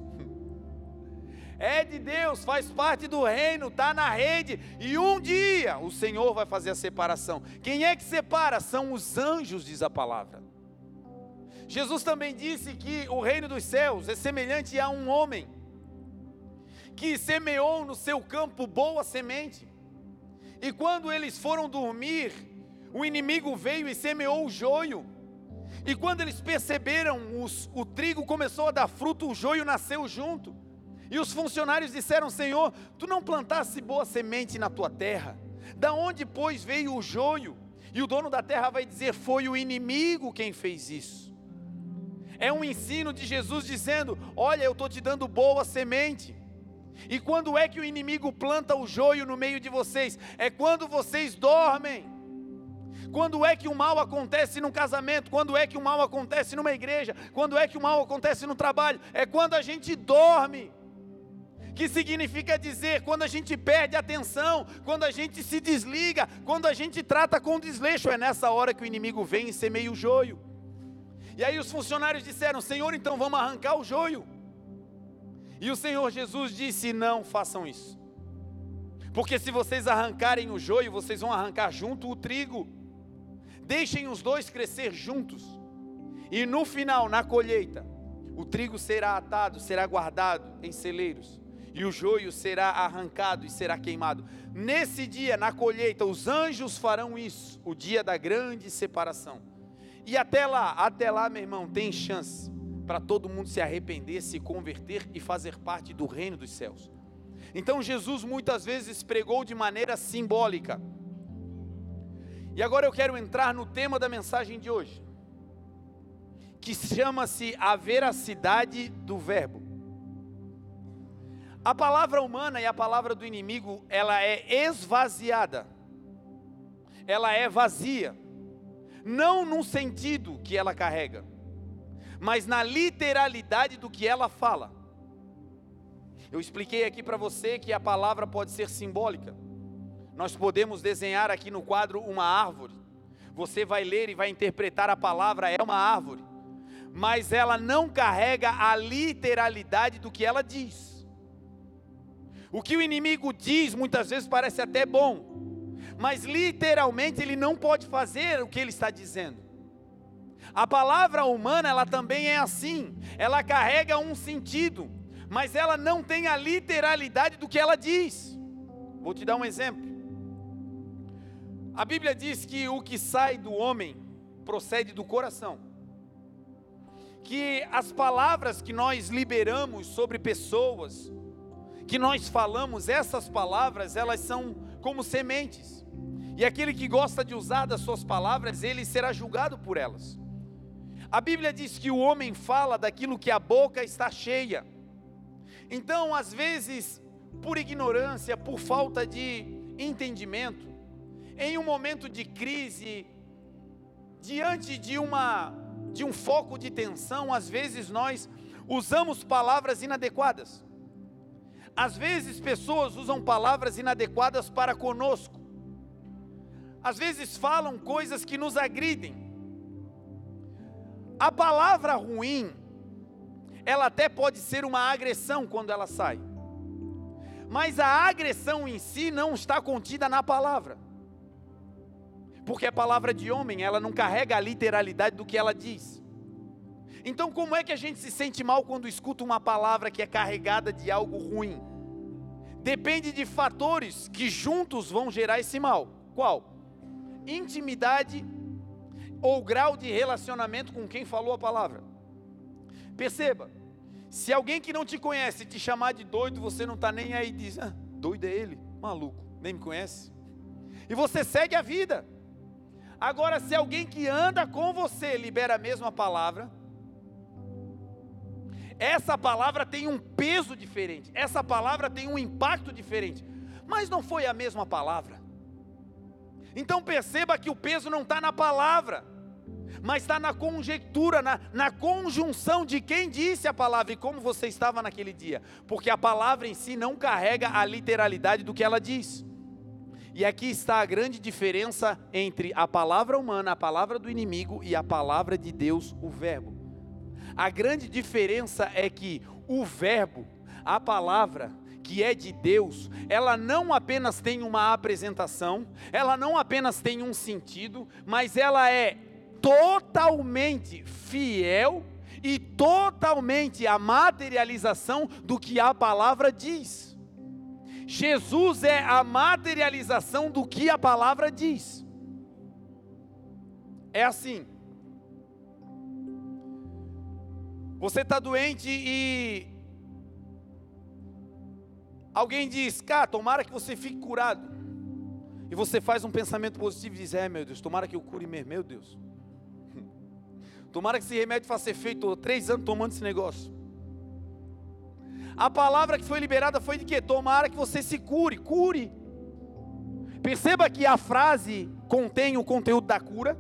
É de Deus, faz parte do reino, está na rede, e um dia o Senhor vai fazer a separação. Quem é que separa? São os anjos, diz a palavra. Jesus também disse que o reino dos céus é semelhante a um homem que semeou no seu campo boa semente, e quando eles foram dormir, o inimigo veio e semeou o joio, e quando eles perceberam, os, o trigo começou a dar fruto, o joio nasceu junto. E os funcionários disseram: Senhor, tu não plantaste boa semente na tua terra? Da onde, pois, veio o joio? E o dono da terra vai dizer: foi o inimigo quem fez isso. É um ensino de Jesus dizendo: olha, eu estou te dando boa semente. E quando é que o inimigo planta o joio no meio de vocês? É quando vocês dormem. Quando é que o mal acontece num casamento? Quando é que o mal acontece numa igreja? Quando é que o mal acontece no trabalho? É quando a gente dorme. Que significa dizer, quando a gente perde a atenção, quando a gente se desliga, quando a gente trata com desleixo, é nessa hora que o inimigo vem e semeia o joio. E aí os funcionários disseram: Senhor, então vamos arrancar o joio. E o Senhor Jesus disse: não façam isso, porque se vocês arrancarem o joio, vocês vão arrancar junto o trigo. Deixem os dois crescer juntos, e no final, na colheita, o trigo será atado, será guardado em celeiros, e o joio será arrancado e será queimado. Nesse dia, na colheita, os anjos farão isso, o dia da grande separação. E até lá, até lá, meu irmão, tem chance para todo mundo se arrepender, se converter e fazer parte do reino dos céus. Então Jesus muitas vezes pregou de maneira simbólica. E agora eu quero entrar no tema da mensagem de hoje, que chama-se a veracidade do verbo. A palavra humana e a palavra do inimigo, ela é esvaziada, ela é vazia, não no sentido que ela carrega, mas na literalidade do que ela fala. Eu expliquei aqui para você que a palavra pode ser simbólica. Nós podemos desenhar aqui no quadro uma árvore, você vai ler e vai interpretar a palavra, é uma árvore, mas ela não carrega a literalidade do que ela diz. O que o inimigo diz muitas vezes parece até bom, mas literalmente ele não pode fazer o que ele está dizendo. A palavra humana, ela também é assim, ela carrega um sentido, mas ela não tem a literalidade do que ela diz. Vou te dar um exemplo. A Bíblia diz que o que sai do homem procede do coração. Que as palavras que nós liberamos sobre pessoas, que nós falamos, essas palavras, elas são como sementes. E aquele que gosta de usar das suas palavras, ele será julgado por elas. A Bíblia diz que o homem fala daquilo que a boca está cheia. Então, às vezes, por ignorância, por falta de entendimento, em um momento de crise, diante de uma, de um foco de tensão, às vezes nós usamos palavras inadequadas. Às vezes pessoas usam palavras inadequadas para conosco. Às vezes falam coisas que nos agridem. A palavra ruim, ela até pode ser uma agressão quando ela sai. Mas a agressão em si não está contida na palavra. Porque a palavra de homem, ela não carrega a literalidade do que ela diz. Então como é que a gente se sente mal quando escuta uma palavra que é carregada de algo ruim? Depende de fatores que juntos vão gerar esse mal. Qual? Intimidade ou grau de relacionamento com quem falou a palavra. Perceba, se alguém que não te conhece te chamar de doido, você não está nem aí e diz, ah, doido é ele, maluco, nem me conhece. E você segue a vida. Agora, se alguém que anda com você libera a mesma palavra, essa palavra tem um peso diferente, essa palavra tem um impacto diferente, mas não foi a mesma palavra. Então perceba que o peso não está na palavra, mas está na conjectura, na, na conjunção de quem disse a palavra e como você estava naquele dia, porque a palavra em si não carrega a literalidade do que ela diz. E aqui está a grande diferença entre a palavra humana, a palavra do inimigo e a palavra de Deus, o verbo. A grande diferença é que o verbo, a palavra que é de Deus, ela não apenas tem uma apresentação, ela não apenas tem um sentido, mas ela é totalmente fiel e totalmente a materialização do que a palavra diz. Jesus é a materialização do que a palavra diz. É assim. Você está doente e alguém diz, cara, tomara que você fique curado. E você faz um pensamento positivo e diz, é meu Deus, tomara que eu cure mesmo, meu Deus. Tomara que esse remédio faça efeito, estou três anos tomando esse negócio. A palavra que foi liberada foi de quê? Tomara que você se cure, cure. Perceba que a frase contém o conteúdo da cura,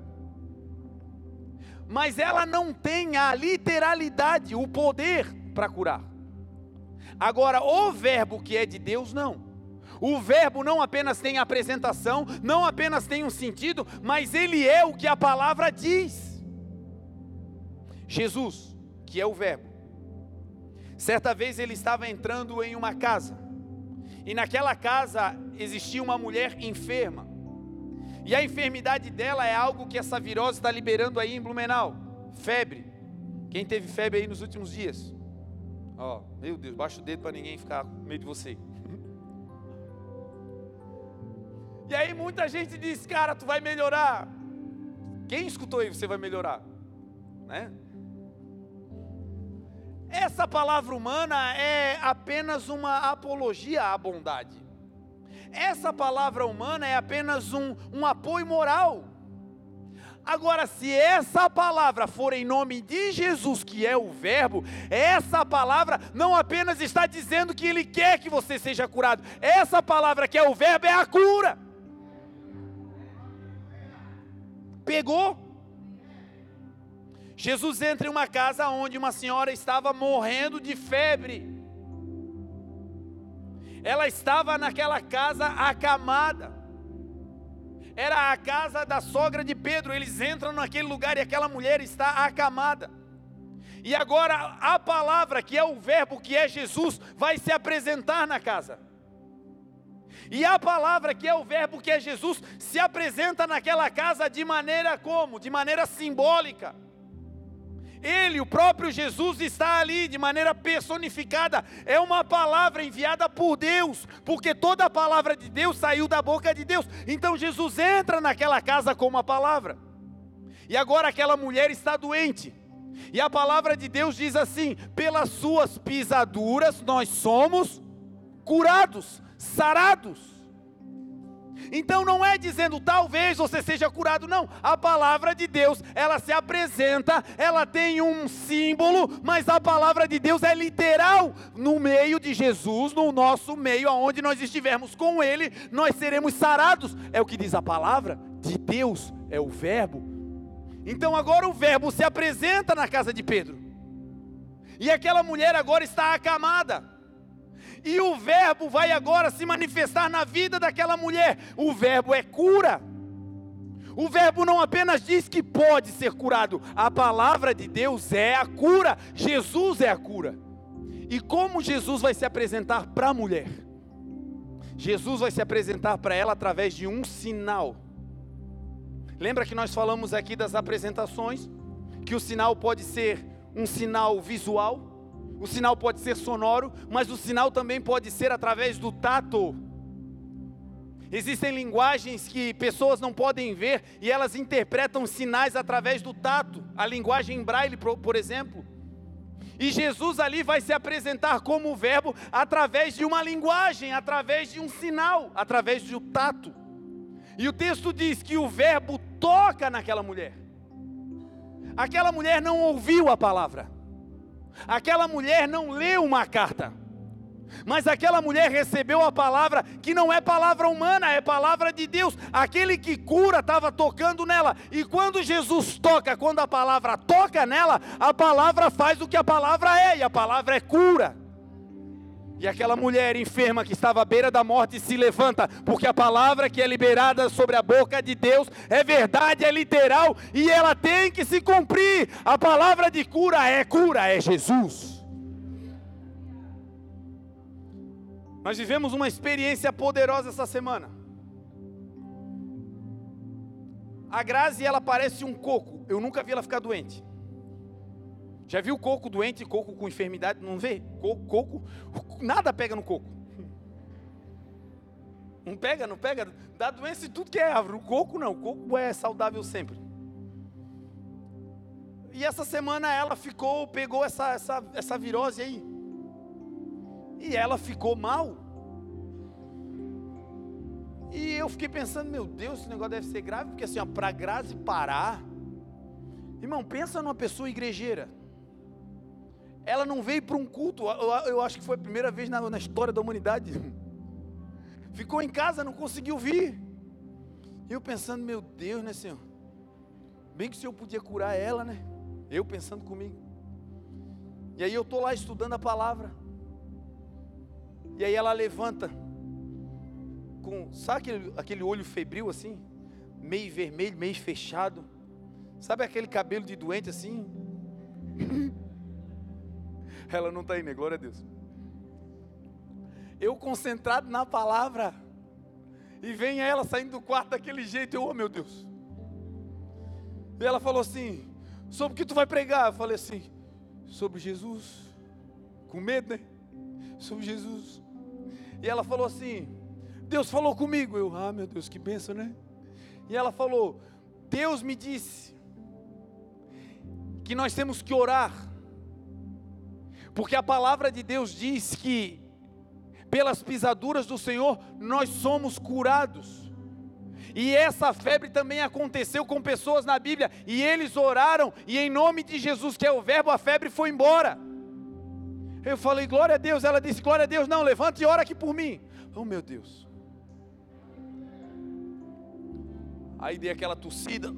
mas ela não tem a literalidade, o poder para curar. Agora, o verbo que é de Deus, não. O verbo não apenas tem apresentação, não apenas tem um sentido, mas ele é o que a palavra diz. Jesus, que é o verbo, certa vez ele estava entrando em uma casa, e naquela casa existia uma mulher enferma, e a enfermidade dela é algo que essa virose está liberando aí em Blumenau, febre. Quem teve febre aí nos últimos dias? Ó, oh, meu Deus, baixa o dedo para ninguém ficar com medo de você. E aí muita gente diz, cara, tu vai melhorar. Quem escutou aí, você vai melhorar, né? Essa palavra humana é apenas uma apologia à bondade. Essa palavra humana é apenas um, um apoio moral. Agora, se essa palavra for em nome de Jesus, que é o verbo, essa palavra não apenas está dizendo que Ele quer que você seja curado. Essa palavra que é o verbo é a cura. Pegou? Jesus entra em uma casa onde uma senhora estava morrendo de febre. Ela estava naquela casa acamada. Era a casa da sogra de Pedro. Eles entram naquele lugar e aquela mulher está acamada. E agora a palavra que é o verbo, que é Jesus, vai se apresentar na casa. E a palavra que é o verbo, que é Jesus, se apresenta naquela casa de maneira como? De maneira simbólica. Ele, o próprio Jesus, está ali de maneira personificada. É uma palavra enviada por Deus, porque toda a palavra de Deus saiu da boca de Deus. Então Jesus entra naquela casa com uma palavra. E agora aquela mulher está doente. E a palavra de Deus diz assim: pelas suas pisaduras nós somos curados, sarados. Então não é dizendo talvez você seja curado, não. A palavra de Deus, ela se apresenta, ela tem um símbolo, mas a palavra de Deus é literal. No meio de Jesus, no nosso meio, aonde nós estivermos com Ele, nós seremos sarados. É o que diz a palavra de Deus, é o verbo. Então agora o verbo se apresenta na casa de Pedro. E aquela mulher agora está acamada. E o verbo vai agora se manifestar na vida daquela mulher. O verbo é cura. O verbo não apenas diz que pode ser curado. A palavra de Deus é a cura. Jesus é a cura. E como Jesus vai se apresentar para a mulher? Jesus vai se apresentar para ela através de um sinal. Lembra que nós falamos aqui das apresentações? Que o sinal pode ser um sinal visual. O sinal pode ser sonoro, mas o sinal também pode ser através do tato. Existem linguagens que pessoas não podem ver e elas interpretam sinais através do tato. A linguagem em braille, por exemplo. E Jesus ali vai se apresentar como o verbo através de uma linguagem, através de um sinal, através do tato. E o texto diz que o verbo toca naquela mulher. Aquela mulher não ouviu a palavra. Aquela mulher não leu uma carta, mas aquela mulher recebeu a palavra que não é palavra humana, é palavra de Deus. Aquele que cura estava tocando nela, e quando Jesus toca, quando a palavra toca nela, a palavra faz o que a palavra é, e a palavra é cura. E aquela mulher enferma que estava à beira da morte se levanta, porque a palavra que é liberada sobre a boca de Deus é verdade, é literal, e ela tem que se cumprir. A palavra de cura é cura, é Jesus. Nós vivemos uma experiência poderosa essa semana. A Grazi, ela parece um coco. Eu nunca vi ela ficar doente. Já viu coco doente, coco com enfermidade? Não vê? Coco, coco, nada pega no coco. Não pega, não pega. Dá doença em tudo que é árvore. O coco não, o coco é saudável sempre. E essa semana ela ficou, pegou essa, essa, essa virose aí. E ela ficou mal. E eu fiquei pensando, meu Deus, esse negócio deve ser grave, porque assim, para a Grazi parar. Irmão, pensa numa pessoa igrejeira. Ela não veio para um culto, eu, eu acho que foi a primeira vez na, na história da humanidade. Ficou em casa, não conseguiu vir. E eu pensando, meu Deus, né, Senhor? Bem que o Senhor podia curar ela, né? Eu pensando comigo. E aí eu estou lá estudando a palavra. E aí ela levanta, com, sabe aquele, aquele olho febril assim? Meio vermelho, meio fechado. Sabe aquele cabelo de doente assim? Ela não está aí, né? Glória a Deus. Eu concentrado na palavra. E vem ela saindo do quarto daquele jeito. Eu, oh meu Deus. E ela falou assim: sobre o que tu vai pregar? Eu falei assim: sobre Jesus. Com medo, né? Sobre Jesus. E ela falou assim: Deus falou comigo. Eu, ah meu Deus, que bênção, né? E ela falou: Deus me disse que nós temos que orar, porque a palavra de Deus diz que pelas pisaduras do Senhor nós somos curados. E essa febre também aconteceu com pessoas na Bíblia, e eles oraram, e em nome de Jesus, que é o verbo, a febre foi embora. Eu falei, glória a Deus. Ela disse, glória a Deus, não, levante e ora aqui por mim. Oh meu Deus. Aí dei aquela tossida.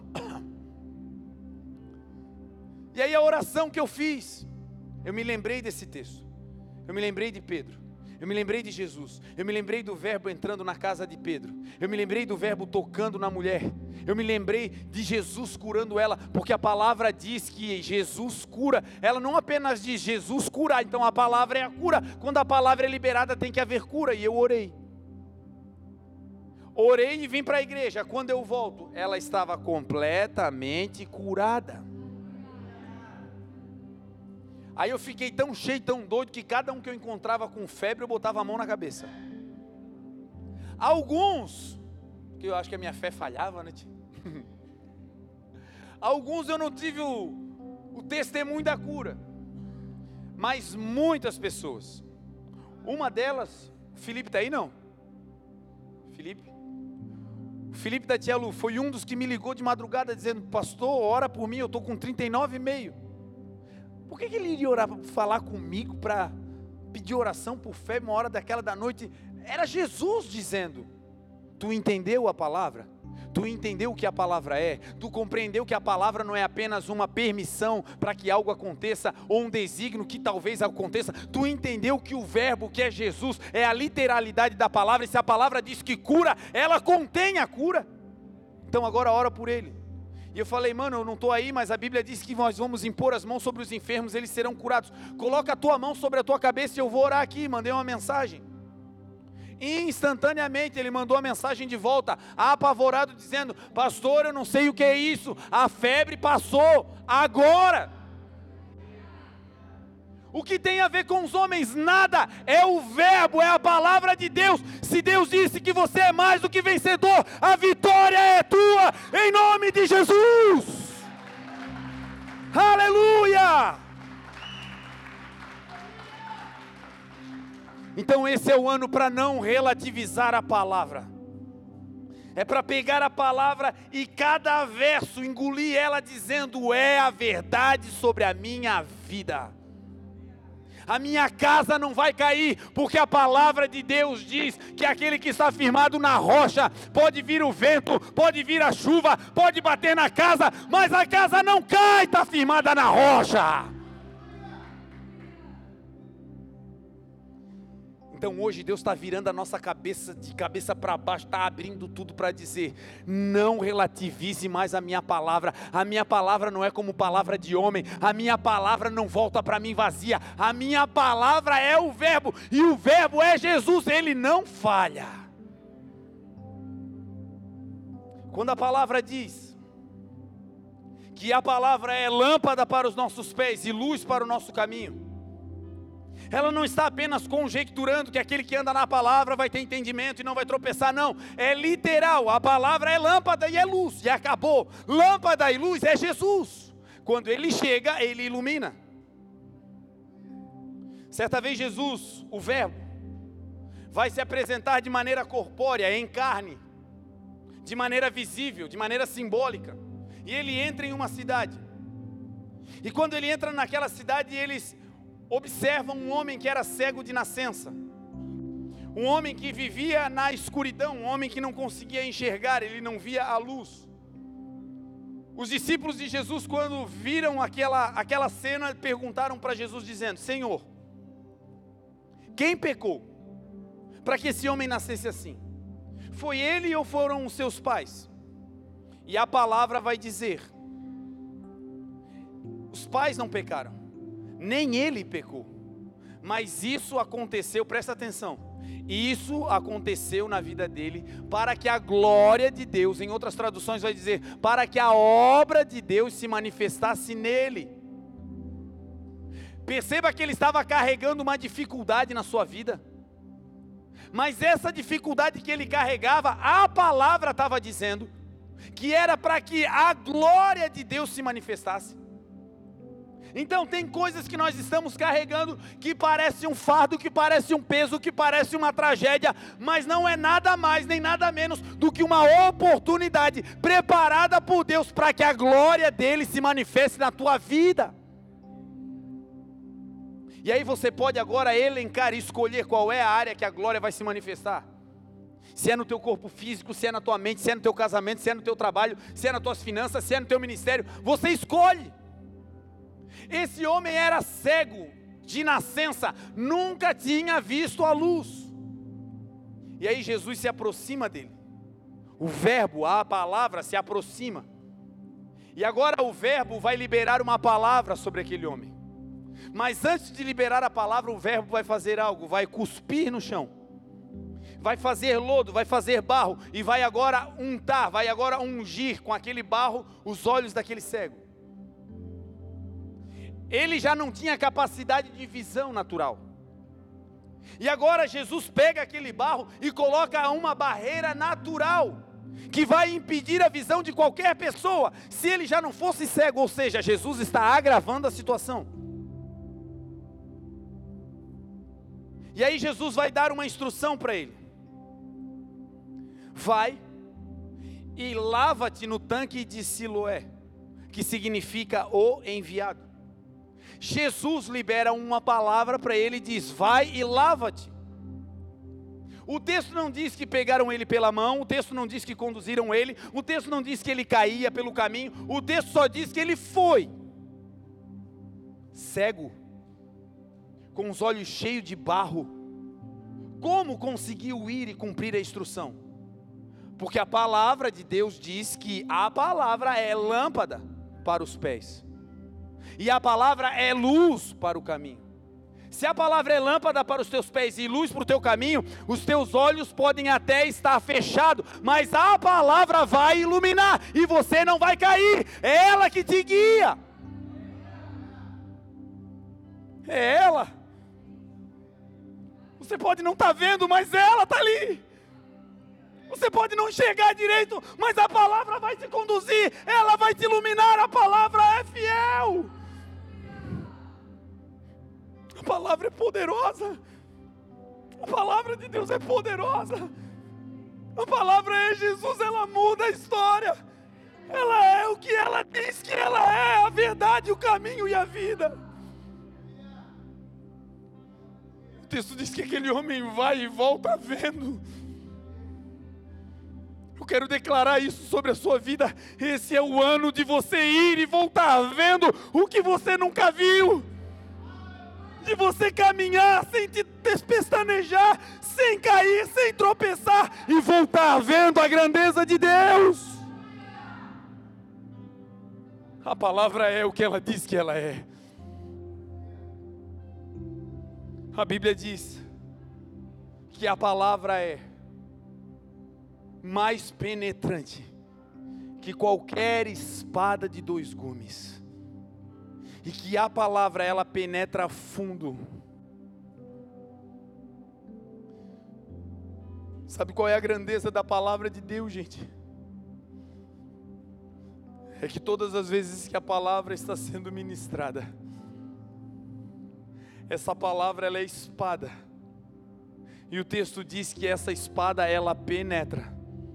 E aí a oração que eu fiz, eu me lembrei desse texto. Eu me lembrei de Pedro. Eu me lembrei de Jesus. Eu me lembrei do verbo entrando na casa de Pedro. Eu me lembrei do verbo tocando na mulher. Eu me lembrei de Jesus curando ela, porque a palavra diz que Jesus cura. Ela não apenas diz Jesus cura, então a palavra é a cura. Quando a palavra é liberada tem que haver cura. E eu orei. Orei e vim para a igreja. Quando eu volto, ela estava completamente curada. Aí eu fiquei tão cheio, tão doido, que cada um que eu encontrava com febre, eu botava a mão na cabeça. Alguns, que eu acho que a minha fé falhava, né? Alguns eu não tive o, o testemunho da cura. Mas muitas pessoas. Uma delas, o Felipe está aí não? Felipe? O Felipe da Tia Lu foi um dos que me ligou de madrugada dizendo: pastor, ora por mim, eu estou com trinta e nove e meio. Por que, que ele iria orar, falar comigo para pedir oração por fé uma hora daquela da noite? Era Jesus dizendo. Tu entendeu a palavra? Tu entendeu o que a palavra é? Tu compreendeu que a palavra não é apenas uma permissão para que algo aconteça, ou um desígnio que talvez aconteça? Tu entendeu que o verbo, que é Jesus, é a literalidade da palavra, e se a palavra diz que cura, ela contém a cura. Então agora ora por ele. E eu falei: mano, eu não estou aí, mas a Bíblia diz que nós vamos impor as mãos sobre os enfermos, eles serão curados. Coloca a tua mão sobre a tua cabeça e eu vou orar aqui. Mandei uma mensagem. Instantaneamente ele mandou a mensagem de volta, apavorado, dizendo: pastor, eu não sei o que é isso, a febre passou, agora. O que tem a ver com os homens? Nada, é o verbo, é a palavra de Deus. Se Deus disse que você é mais do que vencedor, a vitória é tua, em nome de Jesus. Aleluia! Então esse é o ano para não relativizar a palavra. É para pegar a palavra e cada verso engolir ela dizendo: é a verdade sobre a minha vida. A minha casa não vai cair, porque a palavra de Deus diz que aquele que está firmado na rocha, pode vir o vento, pode vir a chuva, pode bater na casa, mas a casa não cai, está firmada na rocha. Então hoje Deus está virando a nossa cabeça de cabeça para baixo, está abrindo tudo para dizer: não relativize mais a minha palavra. A minha palavra não é como palavra de homem, a minha palavra não volta para mim vazia, a minha palavra é o verbo, e o verbo é Jesus, ele não falha. Quando a palavra diz que a palavra é lâmpada para os nossos pés e luz para o nosso caminho, ela não está apenas conjecturando que aquele que anda na palavra vai ter entendimento e não vai tropeçar, não. É literal, a palavra é lâmpada e é luz, e acabou. Lâmpada e luz é Jesus. Quando ele chega, ele ilumina. Certa vez Jesus, o verbo, vai se apresentar de maneira corpórea, em carne, de maneira visível, de maneira simbólica. E ele entra em uma cidade. E quando ele entra naquela cidade, eles observam um homem que era cego de nascença, um homem que vivia na escuridão, um homem que não conseguia enxergar, ele não via a luz. Os discípulos de Jesus, quando viram aquela, aquela cena, perguntaram para Jesus dizendo: Senhor, quem pecou para que esse homem nascesse assim? Foi ele ou foram os seus pais? E a palavra vai dizer: os pais não pecaram, nem ele pecou, mas isso aconteceu, presta atenção, isso aconteceu na vida dele, para que a glória de Deus, em outras traduções vai dizer, para que a obra de Deus se manifestasse nele. Perceba que ele estava carregando uma dificuldade na sua vida, mas essa dificuldade que ele carregava, a palavra estava dizendo, que era para que a glória de Deus se manifestasse. Então tem coisas que nós estamos carregando que parece um fardo, que parece um peso, que parece uma tragédia, mas não é nada mais nem nada menos do que uma oportunidade preparada por Deus para que a glória dele se manifeste na tua vida. E aí você pode agora elencar e escolher qual é a área que a glória vai se manifestar. Se é no teu corpo físico, se é na tua mente, se é no teu casamento, se é no teu trabalho, se é nas tuas finanças, se é no teu ministério, você escolhe. Esse homem era cego de nascença, nunca tinha visto a luz. E aí Jesus se aproxima dele. O verbo, a palavra se aproxima. E agora o verbo vai liberar uma palavra sobre aquele homem. Mas antes de liberar a palavra, o verbo vai fazer algo, vai cuspir no chão. Vai fazer lodo, vai fazer barro e vai agora untar, vai agora ungir com aquele barro os olhos daquele cego. ele já não tinha capacidade de visão natural. E agora Jesus pega aquele barro e coloca uma barreira natural, que vai impedir a visão de qualquer pessoa, se ele já não fosse cego. Ou seja, Jesus está agravando a situação. E aí Jesus vai dar uma instrução para ele: vai e lava-te no tanque de Siloé, que significa o enviado. Jesus libera uma palavra para ele e diz: vai e lava-te. O texto não diz que pegaram ele pela mão, o texto não diz que conduziram ele, o texto não diz que ele caía pelo caminho, o texto só diz que ele foi, cego, com os olhos cheios de barro. Como conseguiu ir e cumprir a instrução? Porque a palavra de Deus diz que a palavra é lâmpada para os pés, e a palavra é luz para o caminho. Se a palavra é lâmpada para os teus pés e luz para o teu caminho, os teus olhos podem até estar fechados, mas a palavra vai iluminar, e você não vai cair. É ela que te guia. É ela. Você pode não estar vendo, mas ela está ali. Você pode não enxergar direito, mas a palavra vai te conduzir, ela vai te iluminar. A palavra é fiel. A palavra é poderosa. A palavra de Deus é poderosa. A palavra é Jesus, ela muda a história. Ela é o que ela diz que ela é: a verdade, o caminho e a vida. O texto diz que aquele homem vai e volta vendo. Eu quero declarar isso sobre a sua vida. Esse é o ano de você ir e voltar vendo o que você nunca viu. De você caminhar sem te despestanejar, sem cair, sem tropeçar, e voltar vendo a grandeza de Deus. A palavra é o que ela diz que ela é. A Bíblia diz que a palavra é mais penetrante que qualquer espada de dois gumes, e que a palavra, ela penetra fundo. Sabe qual é a grandeza da palavra de Deus, gente? É que todas as vezes que a palavra está sendo ministrada, essa palavra, ela é espada, e o texto diz que essa espada, ela penetra.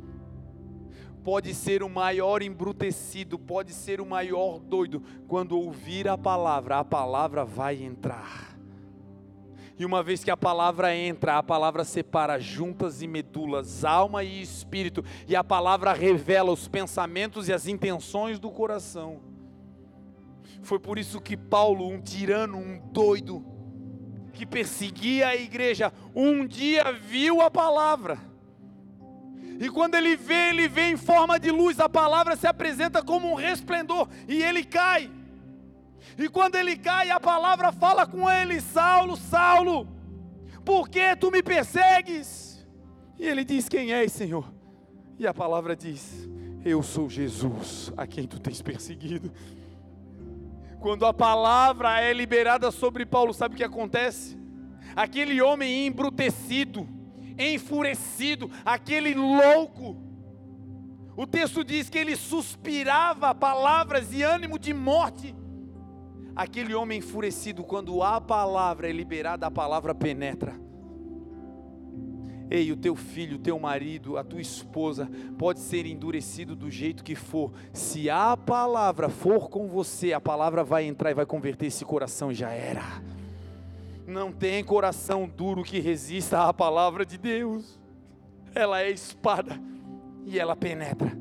Pode ser o maior embrutecido, pode ser o maior doido, quando ouvir a palavra, a palavra vai entrar. E uma vez que a palavra entra, a palavra separa juntas e medulas, alma e espírito, e a palavra revela os pensamentos e as intenções do coração. Foi por isso que Paulo, um tirano, um doido, que perseguia a igreja, um dia viu a palavra. E quando ele vê, ele vê em forma de luz. A palavra se apresenta como um resplendor, e ele cai. E quando ele cai, a palavra fala com ele: Saulo, Saulo, por que tu me persegues? E ele diz: quem és, Senhor? E a palavra diz: eu sou Jesus, a quem tu tens perseguido. Quando a palavra é liberada sobre Paulo, sabe o que acontece? Aquele homem embrutecido, enfurecido, aquele louco, o texto diz que ele suspirava palavras e ânimo de morte. Aquele homem enfurecido, quando a palavra é liberada, a palavra penetra. Ei, o teu filho, o teu marido, a tua esposa pode ser endurecido do jeito que for, se a palavra for com você, a palavra vai entrar e vai converter esse coração, e já era. Não tem coração duro que resista à palavra de Deus. Ela é espada e ela penetra.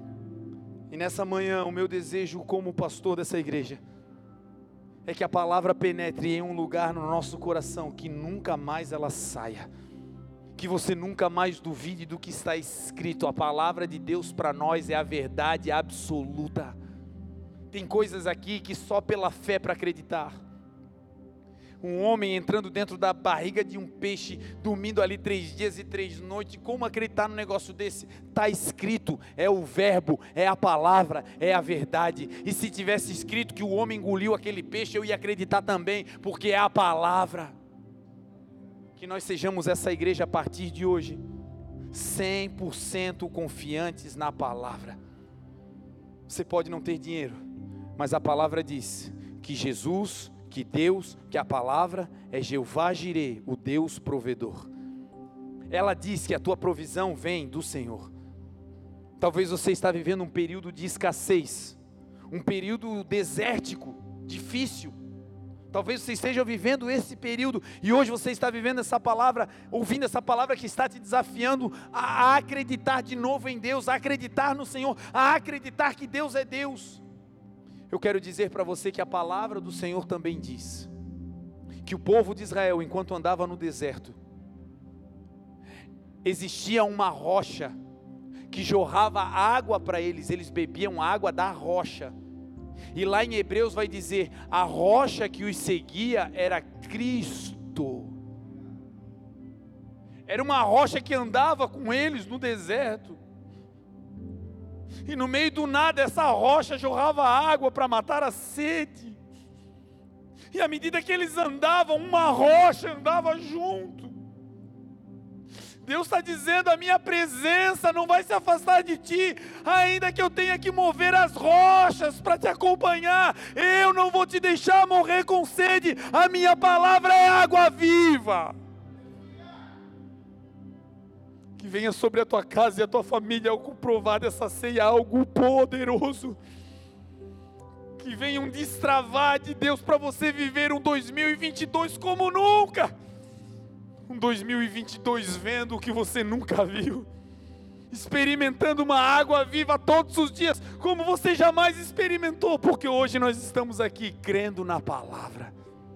E nessa manhã, o meu desejo como pastor dessa igreja é que a palavra penetre em um lugar no nosso coração, que nunca mais ela saia, que você nunca mais duvide do que está escrito. A palavra de Deus para nós é a verdade absoluta. Tem coisas aqui que só pela fé para acreditar. Um homem entrando dentro da barriga de um peixe, dormindo ali três dias e três noites. Como acreditar num negócio desse? Está escrito, é o verbo, é a palavra, é a verdade. E se tivesse escrito que o homem engoliu aquele peixe, eu ia acreditar também, porque é a palavra. Que nós sejamos essa igreja a partir de hoje, cem por cento confiantes na palavra. Você pode não ter dinheiro, mas a palavra diz que Jesus, que Deus, que a palavra é Jeová Jireh, o Deus provedor. Ela diz que a tua provisão vem do Senhor. Talvez você está vivendo um período de escassez, um período desértico, difícil. Talvez você esteja vivendo esse período, e hoje você está vivendo essa palavra, ouvindo essa palavra que está te desafiando a, a acreditar de novo em Deus, a acreditar no Senhor, a acreditar que Deus é Deus. Eu quero dizer para você que a palavra do Senhor também diz, que o povo de Israel, enquanto andava no deserto, existia uma rocha, que jorrava água para eles, eles bebiam água da rocha, e lá em Hebreus vai dizer, a rocha que os seguia era Cristo, era uma rocha que andava com eles no deserto, e no meio do nada essa rocha jorrava água para matar a sede, e à medida que eles andavam, uma rocha andava junto. Deus está dizendo, a minha presença não vai se afastar de ti, ainda que eu tenha que mover as rochas para te acompanhar, eu não vou te deixar morrer com sede, a minha palavra é água viva. Que venha sobre a tua casa e a tua família algo provado essa ceia, algo poderoso. Que venha um destravar de Deus para você viver um dois mil e vinte e dois como nunca. Um dois mil e vinte e dois vendo o que você nunca viu. Experimentando uma água viva todos os dias, como você jamais experimentou. Porque hoje nós estamos aqui crendo na palavra.